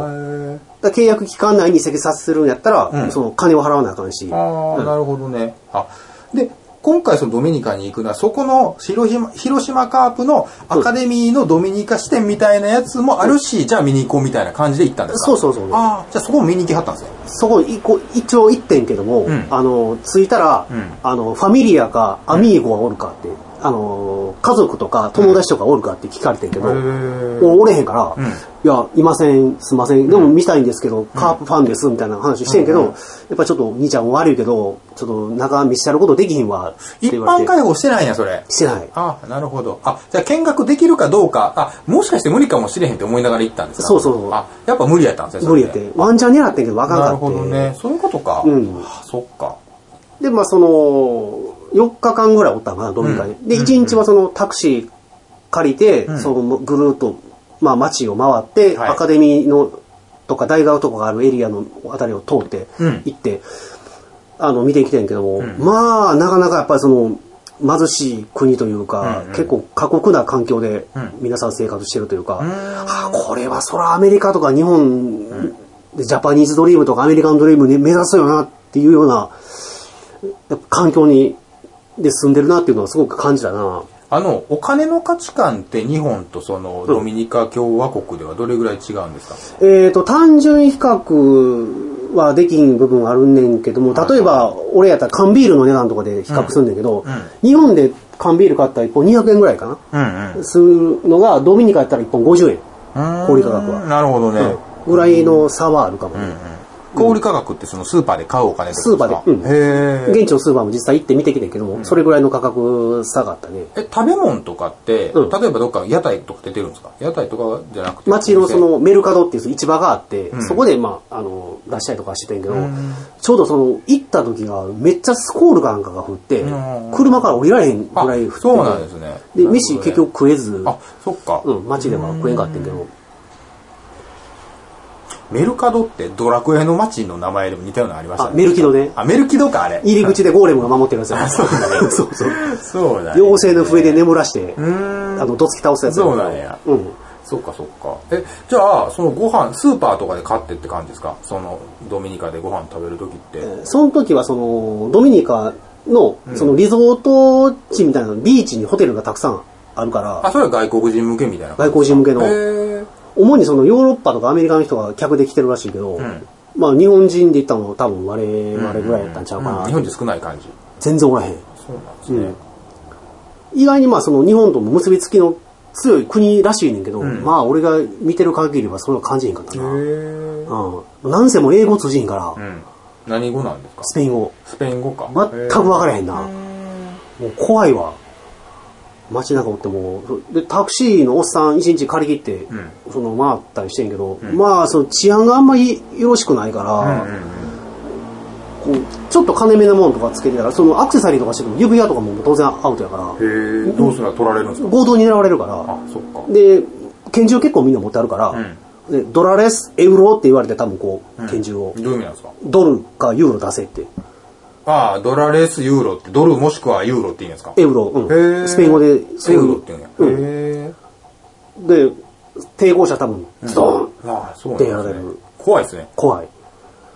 Speaker 1: だ契約期間内に移籍させるんやったら、その金を払わなあかんし。
Speaker 2: ああ、なるほどね。で、今回そのドミニカに行くのは、そこの広島カープのアカデミーのドミニカ支店みたいなやつもあるし、じゃあ見に行こうみたいな感じで行ったんですか？
Speaker 1: そうそうそう。
Speaker 2: じゃあそこも見に行きはったんですよ。
Speaker 1: そこ一応行ってんけども、着いたら、ファミリアかアミーゴはおるかって、家族とか友達とかおるかって聞かれてんけど、おれへんから、いや、いません、すいません、でも見たいんですけど、カープファンですみたいな話してんけど、やっぱちょっと兄ちゃん悪いけど、ちょっと中見せたることできひんわって言われて。
Speaker 2: 一般開放してないんや、それ。
Speaker 1: してない。
Speaker 2: なるほど。じゃあ見学できるかどうか、もしかして無理かもしれへんって思いながら行ったんですか？
Speaker 1: そうそうそう。
Speaker 2: やっぱ無理やったんですね。
Speaker 1: 無理やって。ワンチャン狙ってんけど分かんなかった。
Speaker 2: なるほどね。そういうことか。そっか。
Speaker 1: で、まあ4日間ぐらいおったのかな、ドミニカに。で、1日はそのタクシー借りて、そのぐるっと、まあ街を回って、アカデミーのとか大学とかがあるエリアのあたりを通って行って、見てきてんけども、まあなかなかやっぱりその貧しい国というか、結構過酷な環境で皆さん生活してるというか、これはそらアメリカとか日本でジャパニーズドリームとかアメリカンドリームに目指すよなっていうような環境で住んでるなっていうのはすごく感じたな。
Speaker 2: お金の価値観って日本とそのドミニカ共和国ではどれぐらい違うんですか？
Speaker 1: 単純比較はできん部分あるねんけども、例えば俺やったら缶ビールの値段とかで比較するんだけど、日本で缶ビール買ったら1本200円ぐらいかな、するのがドミニカやったら1本50円、小売価格は。
Speaker 2: なるほどね。
Speaker 1: ぐらいの差はあるかもね。
Speaker 2: 小売価格ってそのスーパーで買うお金ですか？
Speaker 1: スーパーで。現地のスーパーも実際行って見てきてんけども、それぐらいの価格差があったね。
Speaker 2: 食べ物とかって、例えばどっか屋台とか出てるんですか？屋台とかじゃなくて。
Speaker 1: 街のそのメルカドっていう市場があって、そこでまあ、出したりとかしてたんやけど、ちょうどその行った時がめっちゃスコールかなんかが降って、車から降りられへんぐらい降ってて。
Speaker 2: そうなんですね。
Speaker 1: で、飯結局食えず、
Speaker 2: そっか。
Speaker 1: 街では食えんかったんけど、
Speaker 2: メルカドってドラクエの街の名前でも似たようなのありましたね。
Speaker 1: メルキドね。
Speaker 2: メルキドか、あれ。
Speaker 1: 入り口でゴーレムが守ってるやつや。
Speaker 2: そうだね。
Speaker 1: そうそう。
Speaker 2: そうだね。
Speaker 1: 妖精の笛で眠らして、どつき倒すやつ。
Speaker 2: そうなんや。そっかそっか。じゃあ、そのご飯、スーパーとかで買ってって感じですか？そのドミニカでご飯食べるときって。
Speaker 1: その時はそのドミニカのそのリゾート地みたいなビーチにホテルがたくさんあるから。
Speaker 2: それは外国人向けみたいな。
Speaker 1: 外国人向けの。主にそのヨーロッパとかアメリカの人が客で来てるらしいけど、まあ日本人で行ったの多分我々ぐらいだったんちゃうかな。
Speaker 2: 日本人少ない感じ。
Speaker 1: 全然おらへん。
Speaker 2: そうなんですね。
Speaker 1: 意外にまあその日本とも結びつきの強い国らしいねんけど、まあ俺が見てる限りはそれは感じへんかったな。なんせも英語通じへんから。
Speaker 2: 何語なんですか？
Speaker 1: スペイン語。
Speaker 2: スペイン語か。
Speaker 1: 全く分からへんな。もう怖いわ。街中おってもでタクシーのおっさん一日借り切って、その回ったりしてんけど、まあその治安があんまりよろしくないから、こうちょっと金目なものとかつけてたらそのアクセサリーとかしてても指輪とかも当然アウトやから。
Speaker 2: どうするら取られるんですか？
Speaker 1: 強盗に狙われるから。
Speaker 2: そっか。
Speaker 1: で拳銃結構みんな持ってあるから、でドラレスエウロって言われて多分こう拳銃を、
Speaker 2: どういう意味なんですか？
Speaker 1: ドルかユーロ出せって。
Speaker 2: ドラレスユーロってドルもしくはユーロって言うんですか？
Speaker 1: エウロ、スペイン語で
Speaker 2: そういうエウロって言うんや。
Speaker 1: で抵抗者多分ズドーンってやられる。
Speaker 2: 怖いですね。
Speaker 1: 怖い。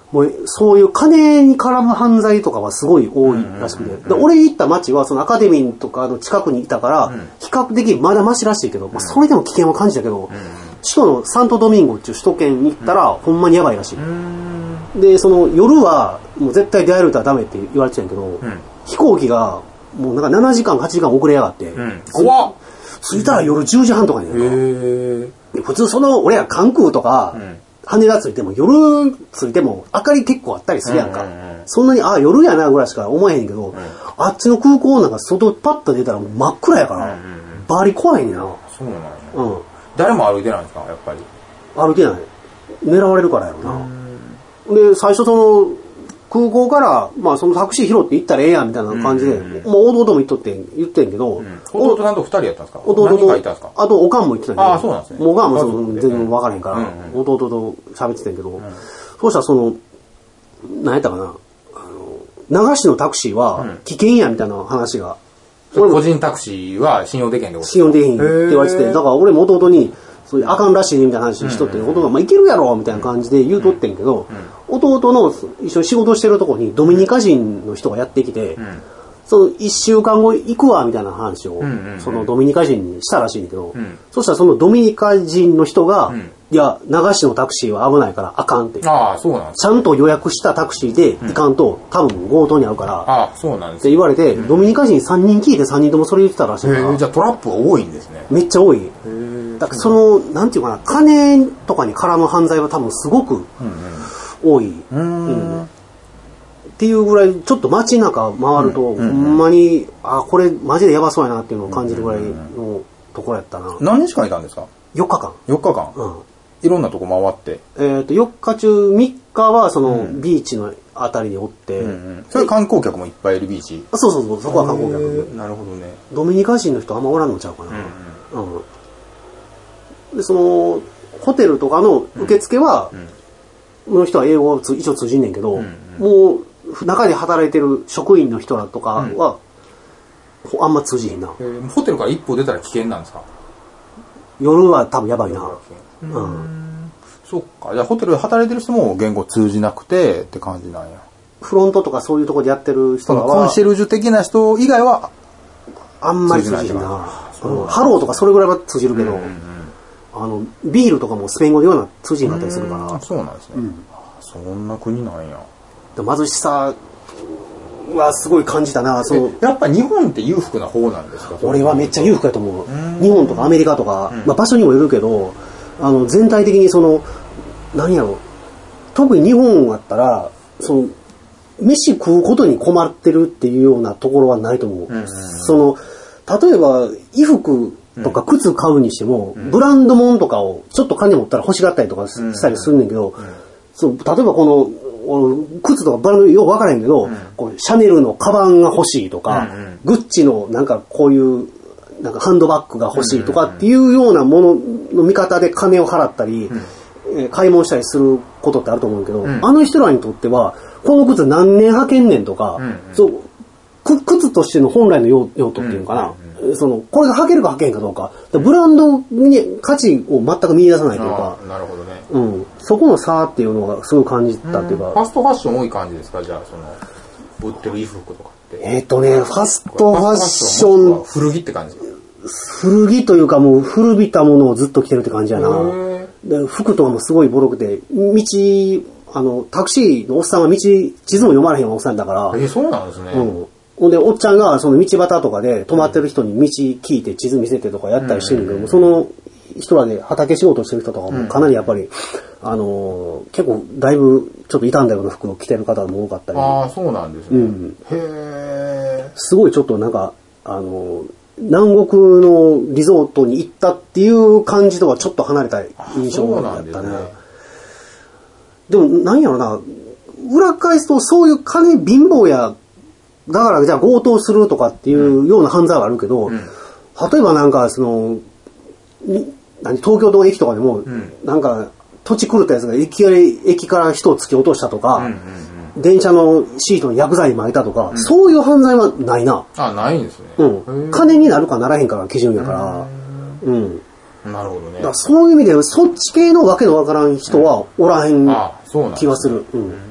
Speaker 1: もうそういう金に絡む犯罪とかはすごい多いらしくて、俺行った町はそのアカデミーとかの近くにいたから、比較的まだマシらしいけど、それでも危険は感じたけど、首都のサントドミンゴっていう首都圏に行ったら、ほんまにやばいらしい。で、その夜はもう絶対出歩いたらダメって言われてたんやけど、飛行機がもうなんか7時間8時間遅れやがって、
Speaker 2: 怖っ。
Speaker 1: 着いたら夜10時半とかに普通俺ら関空とか、羽田着いても夜着いても明かり結構あったりするやんか。そんなに夜やなぐらいしか思えへんけど、あっちの空港なんか外パッと出たら真っ暗やから、バリ怖いねんな。
Speaker 2: そうなんや。誰も歩いてないんですか、やっぱり。
Speaker 1: 歩いてない。狙われるからやろな。で、最初空港から、まあそのタクシー拾って行ったらええやんみたいな感じで、もう弟も言ってんけど、
Speaker 2: 弟なんと2人やったんですか？
Speaker 1: 弟と、
Speaker 2: 何人かいたんですか？
Speaker 1: あとおかんも言ってたんけど、
Speaker 2: そうなんですね。
Speaker 1: もうおかんも全然分からへんから、弟と喋ってたんけど、そうしたら何やったかな、流しのタクシーは危険やみたいな話が。
Speaker 2: 個人タクシーは信用できへんってこと？
Speaker 1: 信用できへんって言われてて、だから俺も弟に、そういうあかんらしいみたいな話しとって、弟が、まあいけるやろみたいな感じで言うとってんけど、弟の一緒に仕事してるとこにドミニカ人の人がやってきて、その1週間後行くわみたいな話を、そのドミニカ人にしたらしいんだけど、そしたらそのドミニカ人の人が、いや、流しのタクシーは危ないからあかんって。
Speaker 2: そうなんです。
Speaker 1: ちゃんと予約したタクシーで行かんと、多分強盗に遭うから、
Speaker 2: そうなんです。
Speaker 1: って言われて、ドミニカ人3人聞いて3人ともそれ言ってたらしいから。
Speaker 2: じゃあトラップが多いんですね。
Speaker 1: めっちゃ多い。だからなんていうかな、金とかに絡む犯罪は多分すごく多い。っていうぐらい、ちょっと街中回ると、ほんまに、これマジでやばそうやなっていうのを感じるぐらいのところやったな。
Speaker 2: 何日間いたんですか
Speaker 1: ？4日間。
Speaker 2: 4日間。いろんなとこ回って。
Speaker 1: 4日中3日はそのビーチのあたりにおって。
Speaker 2: それ観光客もいっぱいいるビーチ？
Speaker 1: そう、そこは観光客。
Speaker 2: なるほどね。
Speaker 1: ドミニカ人の人あんまおらんのちゃうかな。で、ホテルとかの受付は、の人は英語を一応通じんねんけど、もう中で働いてる職員の人らとかは、あんま通じへんな。
Speaker 2: ホテルから一歩出たら危険なんですか？
Speaker 1: 夜は多分やばいな。
Speaker 2: そっか。じゃあホテルで働いてる人も言語通じなくてって感じなんや。
Speaker 1: フロントとかそういうところでやってる人は
Speaker 2: コンシェルジュ的な人以外は
Speaker 1: あんまり通じないな。ハローとかそれぐらいは通じるけど、ビールとかもスペイン語でような通じなかったりするから。
Speaker 2: そうなんですね。そんな国なんや。
Speaker 1: 貧しさはすごい感じたな。
Speaker 2: やっぱ日本って裕福な方なんですか？
Speaker 1: 俺はめっちゃ裕福やと思う。日本とかアメリカとか、場所にもよるけど、全体的に何やろ、特に日本だったら、飯食うことに困ってるっていうようなところはないと思う。例えば、衣服とか靴買うにしても、ブランド物とかをちょっと金持ったら欲しがったりとかしたりするんだけど、例えば靴とかブランドよくわからへんけど、シャネルのカバンが欲しいとか、グッチのなんかこういうなんかハンドバッグが欲しいとかっていうようなものの見方で金を払ったり、買い物したりすることってあると思うけど、あの人らにとってはこの靴何年履けんねんとか、靴としての本来の用途っていうのかな、これが履けるか履けへんかどうか、ブランドに価値を全く見出さないというか、
Speaker 2: なるほどね。
Speaker 1: そこの差っていうのがすごい感じたっていうか。
Speaker 2: ファストファッション多い感じですか？じゃあ売ってる衣服とかって。
Speaker 1: ファストファッション。
Speaker 2: 古着って感じですか？
Speaker 1: 古着というかもう古びたものをずっと着てるって感じやな。で服とかもすごいボロくて、タクシーのおっさんは地図も読まれへんおっさんだから。
Speaker 2: そうなんですね。
Speaker 1: ほんで、おっちゃんがその道端とかで止まってる人に道聞いて地図見せてとかやったりしてるんだけど、その人らで畑仕事してる人とかもかなりやっぱり、結構だいぶちょっと傷んだような服を着てる方も多かったり。
Speaker 2: そうなんですね。へー。
Speaker 1: すごいちょっとなんか、南国のリゾートに行ったっていう感じとはちょっと離れた印象だったね。でもなんやろな、裏返すとそういう貧乏や、だからじゃあ強盗するとかっていうような犯罪はあるけど、例えばなんか東京の駅とかでも、なんか土地狂ったやつが駅から人を突き落としたとか、電車のシートに薬剤巻いたとか、そういう犯罪はないな。
Speaker 2: ないんですね。
Speaker 1: 金になるかならへんかが基準やから。
Speaker 2: なるほどね。
Speaker 1: だからそういう意味でそっち系のわけのわからん人はおらへん気はする。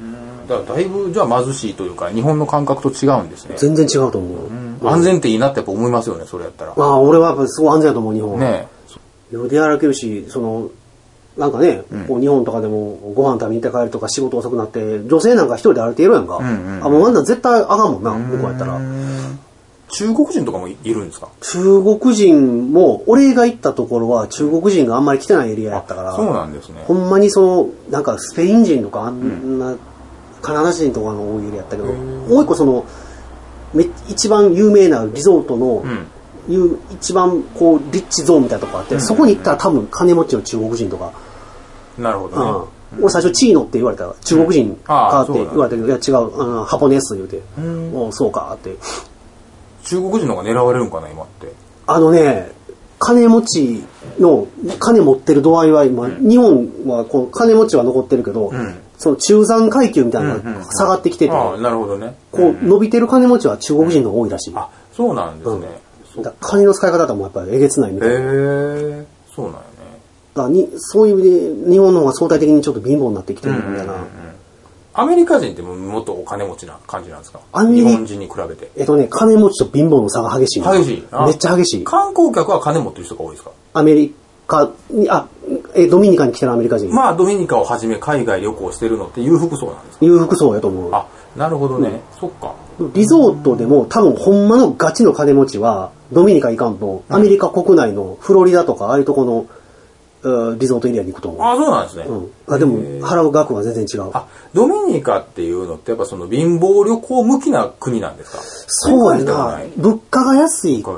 Speaker 2: だからだいぶじゃあ貧しいというか日本の感覚と違うんですね。
Speaker 1: 全然違うと思う。
Speaker 2: 安全っていいなってやっぱ思いますよね、それやったら。
Speaker 1: 俺はやっぱすごい安全だと思う、日本は。
Speaker 2: ね
Speaker 1: 出歩けるし、なんかね、こう日本とかでもご飯食べに行って帰るとか仕事遅くなって、女性なんか一人で歩いているやんか。もうあんな絶対あかんもんな、向こうやったら。
Speaker 2: 中国人とかもいるんですか？
Speaker 1: 中国人も、俺が行ったところは中国人があんまり来てないエリアやったから。
Speaker 2: そうなんですね。
Speaker 1: ほんまになんかスペイン人とか、あんな、カナダ人とかの多いエリアやったけど、もう一個一番有名なリゾートの、一番こうリッチゾーンみたいなとこあって、そこに行ったら多分金持ちの中国人とか。
Speaker 2: なるほどね。
Speaker 1: 俺最初チーノって言われたら中国人かって言われたけど、いや違う、ハポネス言うて、そうかって。
Speaker 2: 中国人の方が狙われるんかな今って。
Speaker 1: 金持ちの金持ってる度合いは今、日本はこう金持ちは残ってるけど、その中産階級みたいなのが下がってきてて、
Speaker 2: なるほどね。
Speaker 1: こう伸びてる金持ちは中国人の方が多いらしい。
Speaker 2: そうなんですね。
Speaker 1: 金の使い方ともやっぱりえげつないみたいな。
Speaker 2: そうなんよね。
Speaker 1: そういう意味で日本の方が相対的にちょっと貧乏になってきてるみたいな。
Speaker 2: アメリカ人ってもっとお金持ちな感じなんですか？日本人に比べて。
Speaker 1: 金持ちと貧乏の差が激しい。
Speaker 2: 激しい。
Speaker 1: めっちゃ激しい。
Speaker 2: 観光客は金持ってる人が多いですか？
Speaker 1: アメリカに、ドミニカに来てるアメリカ人。
Speaker 2: ドミニカをはじめ海外旅行してるのって裕福層なんですか？
Speaker 1: 裕福層やと思う。
Speaker 2: なるほどね。そっか。
Speaker 1: リゾートでも多分ほんまのガチの金持ちはドミニカ行かんとアメリカ国内のフロリダとかああいうとこのリゾートエリアに行くと思う。
Speaker 2: そうなんですね。
Speaker 1: でも払う額は全然違う。
Speaker 2: ドミニカっていうのってやっぱ貧乏旅行向きな国なんですか？
Speaker 1: そうやな。物価が安いから、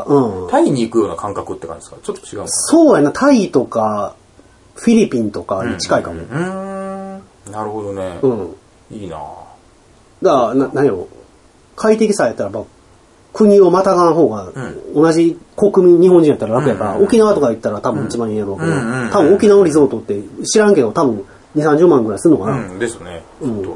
Speaker 2: タイに行くような感覚って感じですか？ちょっと違うの？
Speaker 1: そうやな。タイとかフィリピンとかに近いかも。
Speaker 2: なるほどね。いいな。
Speaker 1: だから何よ、快適さやったら国をまたがん方が、同じ国民日本人やったら楽やから、沖縄とか行ったら多分一番いいやろうけど、多分沖縄のリゾートって知らんけど多分2、30万ぐらいするのかな。
Speaker 2: ですね。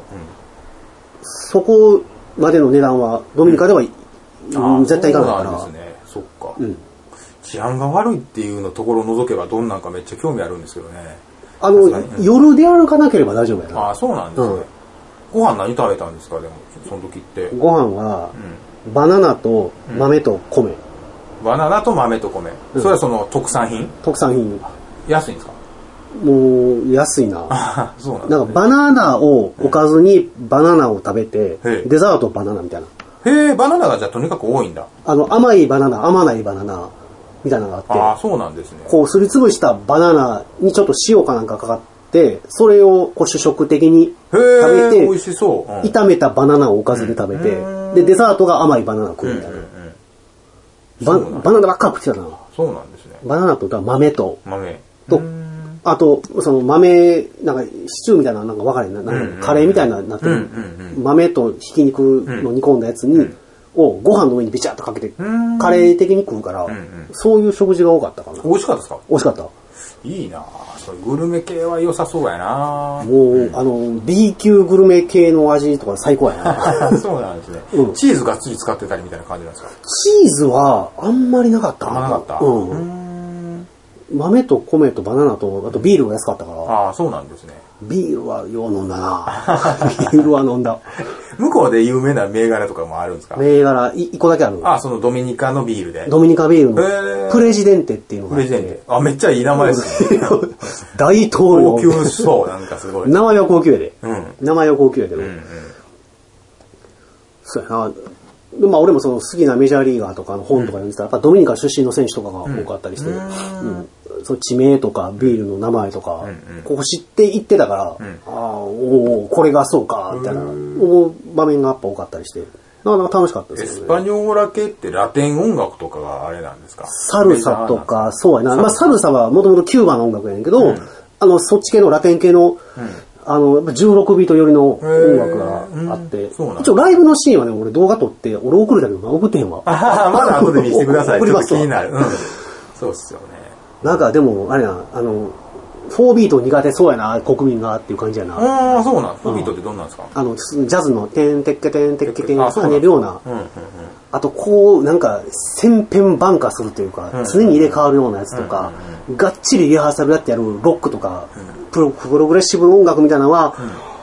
Speaker 1: そこまでの値段はドミニカでは、絶対いかないから。
Speaker 2: そうなんですね。そっか。治安が悪いっていうのところを除けばどんなんかめっちゃ興味あるんですけどね。
Speaker 1: 夜で歩かなければ大丈夫やな。
Speaker 2: そうなんですね。ご飯何食べたんですか？でもその時って。
Speaker 1: ご飯は、バナナと豆と米。
Speaker 2: バナナと豆と米。それは特産品？
Speaker 1: 特産品。
Speaker 2: 安いんですか？
Speaker 1: もう安いな。
Speaker 2: そうなん
Speaker 1: ですね。なんかバナナをおかずにバナナを食べて、デザートバナナみたいな。
Speaker 2: バナナがじゃあとにかく多いんだ。
Speaker 1: 甘いバナナ、甘ないバナナみたいなのがあって。
Speaker 2: そうなんですね。
Speaker 1: こうすりつぶしたバナナにちょっと塩かなんかかかって、それをこう主食的に食べて、
Speaker 2: 美味しそう。
Speaker 1: 炒めたバナナをおかずで食べて、で、デザートが甘いバナナ食うみたいな。バナナばっか食ってたな。
Speaker 2: そうなんですね。
Speaker 1: バナナと豆と、
Speaker 2: 豆。
Speaker 1: あと、豆、なんか、シチューみたいな、なんか分かれへんな、カレーみたいななってる、豆とひき肉の煮込んだやつに、をご飯の上にビチャッとかけて、カレー的に食うから、そういう食事が多かったかな。
Speaker 2: 美味しかったですか？
Speaker 1: 美味しかった。
Speaker 2: いいなぁ。それグルメ系は良さそうやな。
Speaker 1: もう、B 級グルメ系の味とか最高やな。
Speaker 2: そうなんですね。チーズがっつり使ってたりみたいな感じなんですか？
Speaker 1: チーズはあんまりなかったな。
Speaker 2: なかった。
Speaker 1: 豆と米とバナナと、あとビールが安かったから。
Speaker 2: そうなんですね。
Speaker 1: ビールはよう飲んだな。ビールは飲んだ。
Speaker 2: 向こうで有名な銘柄とかもあるんですか？
Speaker 1: 銘柄、一個だけある。
Speaker 2: そのドミニカのビールで。
Speaker 1: ドミニカビールのプレジデンテっていうのがあって。
Speaker 2: プレジデンテ。めっちゃいい名前ですね。
Speaker 1: 大統領。
Speaker 2: 高級そう、なんかすごい。
Speaker 1: 名前は高級やで。名前は高級やけど。そうやな。俺も好きなメジャーリーガーとかの本とか読んでたら、やっぱドミニカ出身の選手とかが多かったりして、地名とかビールの名前とか、ここ知っていってたから、これがそうか、みたいな思う場面がやっぱ多かったりして、なかなか楽しかったですよね。
Speaker 2: エスパニョーラ系ってラテン音楽とかがあれなんですか？
Speaker 1: サルサとか、そうやな。サルサはもともとキューバの音楽やねんけど、そっち系のラテン系の、16ビート寄りの音楽があって、一応ライブのシーンはね、俺動画撮って、俺送るだけど送ってへんわ。
Speaker 2: まだ後で見せてください。ちょっと気になる。そうっすよね。
Speaker 1: なんかでも、あれな、4ビート苦手そうやな、国民がっていう感じやな。
Speaker 2: そうなん。4ビートってどんなんですか？
Speaker 1: ジャズのテンテッケテンテッケテン跳ねるような、あとこう、なんか、千変万化するというか、常に入れ替わるようなやつとか、がっちりリハーサルやってやるロックとか、プログレッシブ音楽みたいなのは、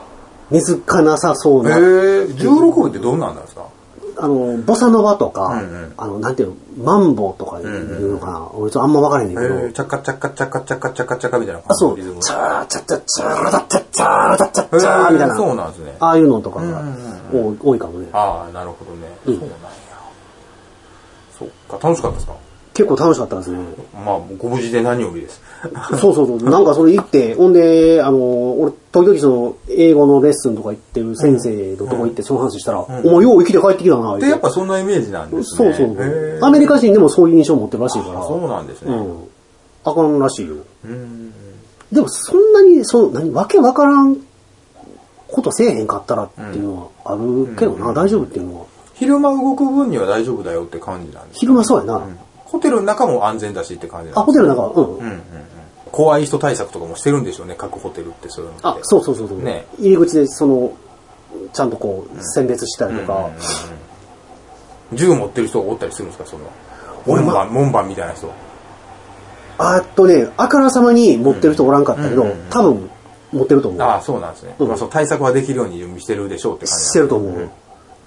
Speaker 1: 水かなさそうな。
Speaker 2: 16分ってどんなんですか？
Speaker 1: ボサノバとか、なんていうの、マンボとかいうのかな。俺ちょっとあんま分からへんねんけど。
Speaker 2: チャカチャカチャカチャカチャカチャカみたいな感じのリズム。
Speaker 1: チャーチャチャチャーダッチャチャーダッチャチャーみたいな。
Speaker 2: そうなんですね。
Speaker 1: ああいうのとかが多いかもね。
Speaker 2: ああ、なるほどね。そうなんや。そっか、楽しかったですか？
Speaker 1: 結構楽しかったですね。
Speaker 2: まあ、ご無事で何よりです。
Speaker 1: そう。なんかそれ行って、ほんで、俺、時々その、英語のレッスンとか行ってる先生のとこ行ってその話したら、お前よう生きて帰ってきたな、
Speaker 2: で、やっぱそんなイメージなんですね。
Speaker 1: そう。アメリカ人でもそういう印象を持ってるらしいから。
Speaker 2: そうなんですね。
Speaker 1: あかんらしいよ。でもそんなに、わけわからんことせえへんかったらっていうのはあるけどな、大丈夫っていうのは。
Speaker 2: 昼間動く分には大丈夫だよって感じなんです。
Speaker 1: 昼間そうやな。
Speaker 2: ホテルの中も安全だしって感じなんですか？
Speaker 1: ホテルの中
Speaker 2: 怖い人対策とかもしてるんでしょうね、各ホテルってそういうのって。
Speaker 1: そう。ね、入り口でちゃんとこう、選別したりとか。
Speaker 2: 銃持ってる人がおったりするんですか、その。門番みたいな人。
Speaker 1: あからさまに持ってる人おらんかったけど、多分持ってると思う。
Speaker 2: ああ、そうなんですね。まあ、その対策はできるように準備してるでしょうって感じ。
Speaker 1: してると思う。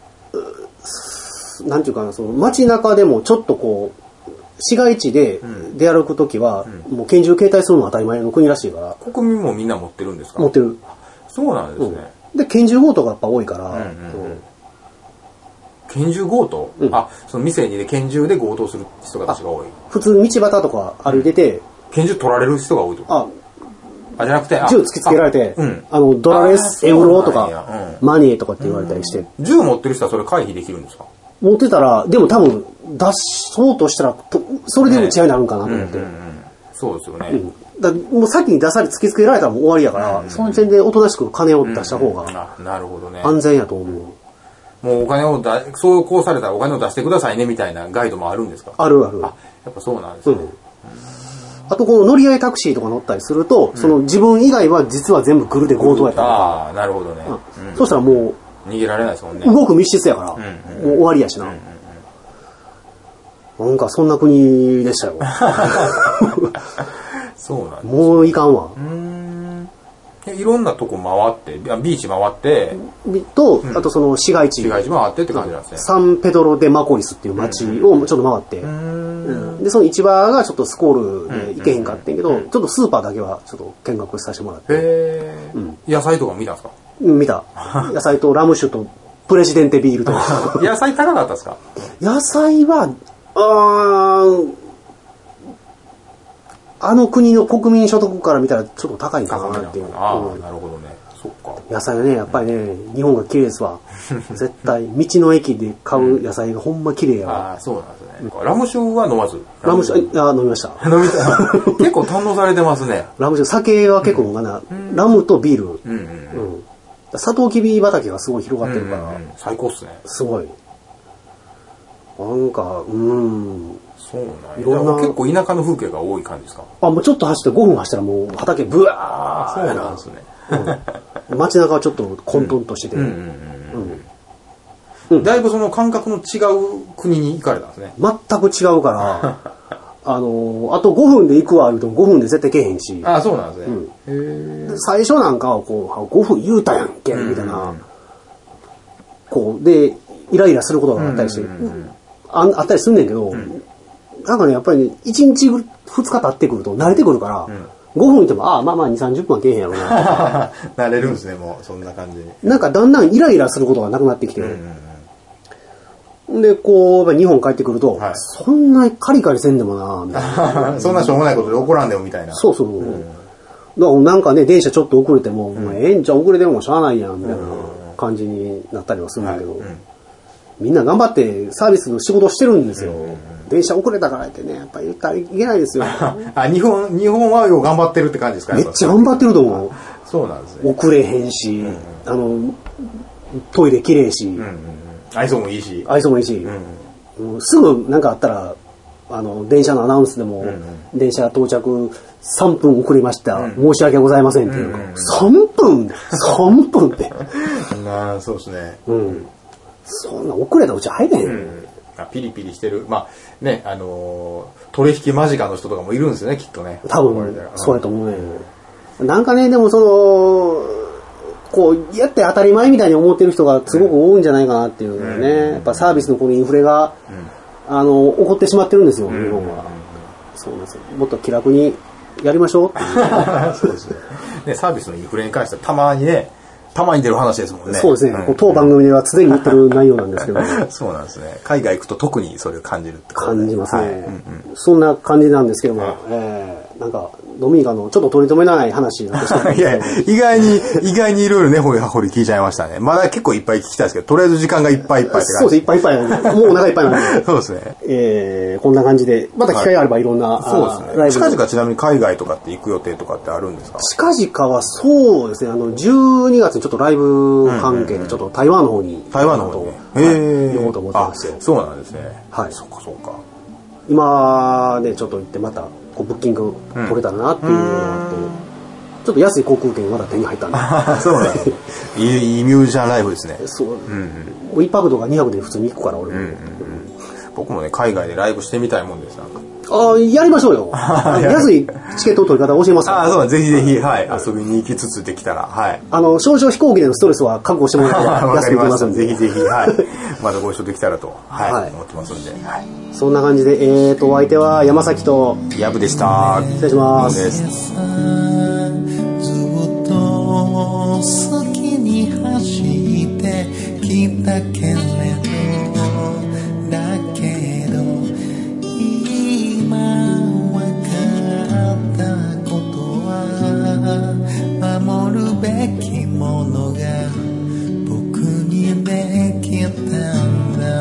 Speaker 1: なんていうかな、その街中でもちょっとこう、市街地で出歩くときは、もう拳銃携帯するのが当たり前の国らしいから。
Speaker 2: 国民もみんな持ってるんですか？
Speaker 1: 持ってる。
Speaker 2: そうなんですね。
Speaker 1: で、拳銃強盗がやっぱ多いから。
Speaker 2: 拳銃強盗？その店に拳銃で強盗する人たちが多い。
Speaker 1: 普通道端とか歩いてて。
Speaker 2: 拳銃取られる人が多いと。じゃなくて、
Speaker 1: 銃突きつけられて、ドラレス、エウロとか、マネーとかって言われたりして。
Speaker 2: 銃持ってる人はそれ回避できるんですか？
Speaker 1: 持ってたら、でも多分、出そうとしたら、それで打ち合いになるんかなと思って。
Speaker 2: そうですよね。
Speaker 1: もう先に突きつけられたらもう終わりやから、その点でおとなしく金を出した方が、
Speaker 2: なるほどね。
Speaker 1: 安全やと思う。
Speaker 2: もうお金をこうされたらお金を出してくださいねみたいなガイドもあるんですか？
Speaker 1: ある。や
Speaker 2: っぱそうなんですね。
Speaker 1: あとこの乗り合いタクシーとか乗ったりすると、その自分以外は実は全部グルで強盗やったりとか。
Speaker 2: なるほどね。
Speaker 1: そしたらもう、
Speaker 2: 逃げられないですもんね。
Speaker 1: 動く密室やから、もう終わりやしな。なんかそんな国でしたよ。
Speaker 2: そうなんです。
Speaker 1: もういかんわ。
Speaker 2: いろんなとこ回って、ビーチ回って、
Speaker 1: あとその市街地。
Speaker 2: 回ってって感じなんですね。
Speaker 1: サンペドロ・デ・マコリスっていう街をちょっと回って、で、その市場がちょっとスコールで行けへんかってんけど、ちょっとスーパーだけはちょっと見学させてもらって。
Speaker 2: 野菜とか見たんですか？
Speaker 1: 見た。野菜とラム酒とプレジデンテビールと。
Speaker 2: 野菜高かったですか？
Speaker 1: 野菜は、あの国の国民所得から見たらちょっと高いかなっていう。
Speaker 2: なるほどね。そっか。
Speaker 1: 野菜はね、やっぱりね、日本が綺麗ですわ。絶対、道の駅で買う野菜がほんま綺麗やわ。
Speaker 2: そうなんですね。ラム酒は飲まず？
Speaker 1: ラム酒、飲みました。
Speaker 2: 結構堪能されてますね。
Speaker 1: ラム酒、酒は結構かな。ラムとビール。サトウキビ畑がすごい広がってるから。
Speaker 2: 最高っすね。
Speaker 1: すごい。なんか、
Speaker 2: そうなんや。結構田舎の風景が多い感じですか？
Speaker 1: もうちょっと走って5分走ったらもう畑ブワー。
Speaker 2: そうなんですね。
Speaker 1: 街中はちょっと混沌としてて。
Speaker 2: だいぶその感覚の違う国に行かれたんですね。
Speaker 1: 全く違うから、あと5分で行くわ言うと5分で絶対来へんし。
Speaker 2: そうなんですね。
Speaker 1: 最初なんかはこう、5分言うたやんけ、みたいな。こう、で、イライラすることがあったりして、あったりすんねんけど、なんかね、やっぱりね、1日2日経ってくると慣れてくるから、5分いても、まあ2、30分はけえへんやろな。
Speaker 2: 慣れるんですね、もう、そんな感じに。
Speaker 1: なんかだんだんイライラすることがなくなってきて、で、こう、日本帰ってくると、そんなカリカリせんでもな、みたいな。
Speaker 2: そんなしょうもないことで怒らんでもみたいな。
Speaker 1: そう。だからなんかね、電車ちょっと遅れても、ええんちゃん遅れてもしゃあないやん、みたいな感じになったりはするんだけど、みんな頑張ってサービスの仕事をしてるんですよ。電車遅れたからってね、やっぱり言ったらいけないですよ。
Speaker 2: 日本はよう頑張ってるって感じですか？
Speaker 1: めっちゃ頑張ってると思う。
Speaker 2: そうなんですね。
Speaker 1: 遅れへんし、トイレ綺麗し、
Speaker 2: 愛想もいいし。
Speaker 1: すぐなんかあったら、電車のアナウンスでも、電車到着3分遅れました。申し訳ございませんっていうの。3分って。
Speaker 2: そうですね。
Speaker 1: そんな遅れたらうち入れへん。
Speaker 2: ピリピリしてる。まあね、取引間近の人とかもいるんですよね、きっとね。
Speaker 1: 多分、そうやと思うね。なんかね、でもこう、やって当たり前みたいに思ってる人がすごく多いんじゃないかなっていうのね、やっぱサービスのこのインフレが、起こってしまってるんですよ、日本は。そうなんですよ。もっと気楽にやりましょうっていう。
Speaker 2: そうですね。サービスのインフレに関してはたまに出る話ですもんね。
Speaker 1: そうですね。当番組では常に言ってる内容なんですけど。
Speaker 2: そうなんですね。海外行くと特にそれを感じるって
Speaker 1: 感じますね。そんな感じなんですけども、なんか、ドミニカのちょっと取り留めない話になってしまったんです
Speaker 2: けど。いや、意外にいろいろね、ほりはほり聞いちゃいましたね。まだ結構いっぱい聞きたいですけど、とりあえず時間がいっぱいいっぱいって感じ。
Speaker 1: そうです、いっぱいいっぱいなんで。もうお腹いっぱいなんで。
Speaker 2: そうですね。
Speaker 1: こんな感じで、また機会があればいろんな、
Speaker 2: そうですね。近々ちなみに海外とかって行く予定とかってあるんですか？
Speaker 1: 近々はそうですね、12月にちょっとライブ関係でちょっと台湾の方に。
Speaker 2: 台湾の方に。
Speaker 1: 行こうと思ってまして。
Speaker 2: そうなんですね。
Speaker 1: はい。
Speaker 2: そっかそっか。
Speaker 1: 今ね、ちょっと行ってまた、ブッキング取れたらなっていうのがあって、ちょっと安い航空券まだ手に入ったんで。
Speaker 2: そうなんです。いいミュージシャンライブですね。
Speaker 1: そう。1泊とか2泊で普通に行くから俺も。
Speaker 2: 僕もね、海外でライブしてみたいもんです。なんか
Speaker 1: やりましょうよ。安いチケット取り方教えますから。
Speaker 2: そうぜひぜひ、はい、遊びに行きつつできたら、はい。
Speaker 1: 少々飛行機でのストレスは覚悟してもらったら安く行きますんで。
Speaker 2: ぜひぜひ、はい。またご一緒できたらと、はい、思ってますんで。はい。
Speaker 1: そんな感じで、お相手は山崎と、
Speaker 2: ヤブでした。
Speaker 1: 失礼します。
Speaker 3: ずっと好きに走ってきたけれど、だけど今わかったことは、守るべきものが僕にできたんだ。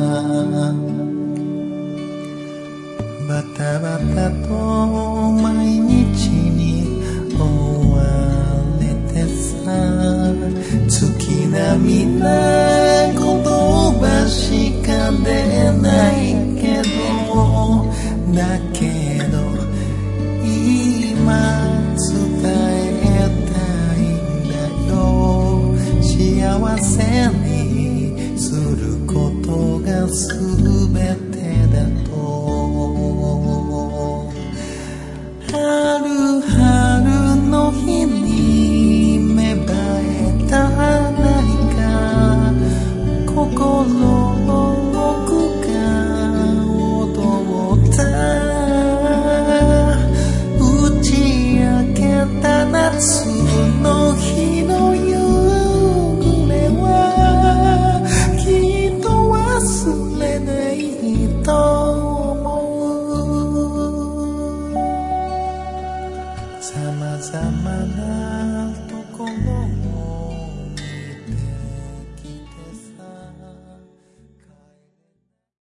Speaker 3: バタバタと毎日に追われてさ、月並みな言葉しか出ないけど、だけど今伝えたいんだよ。幸せにすることが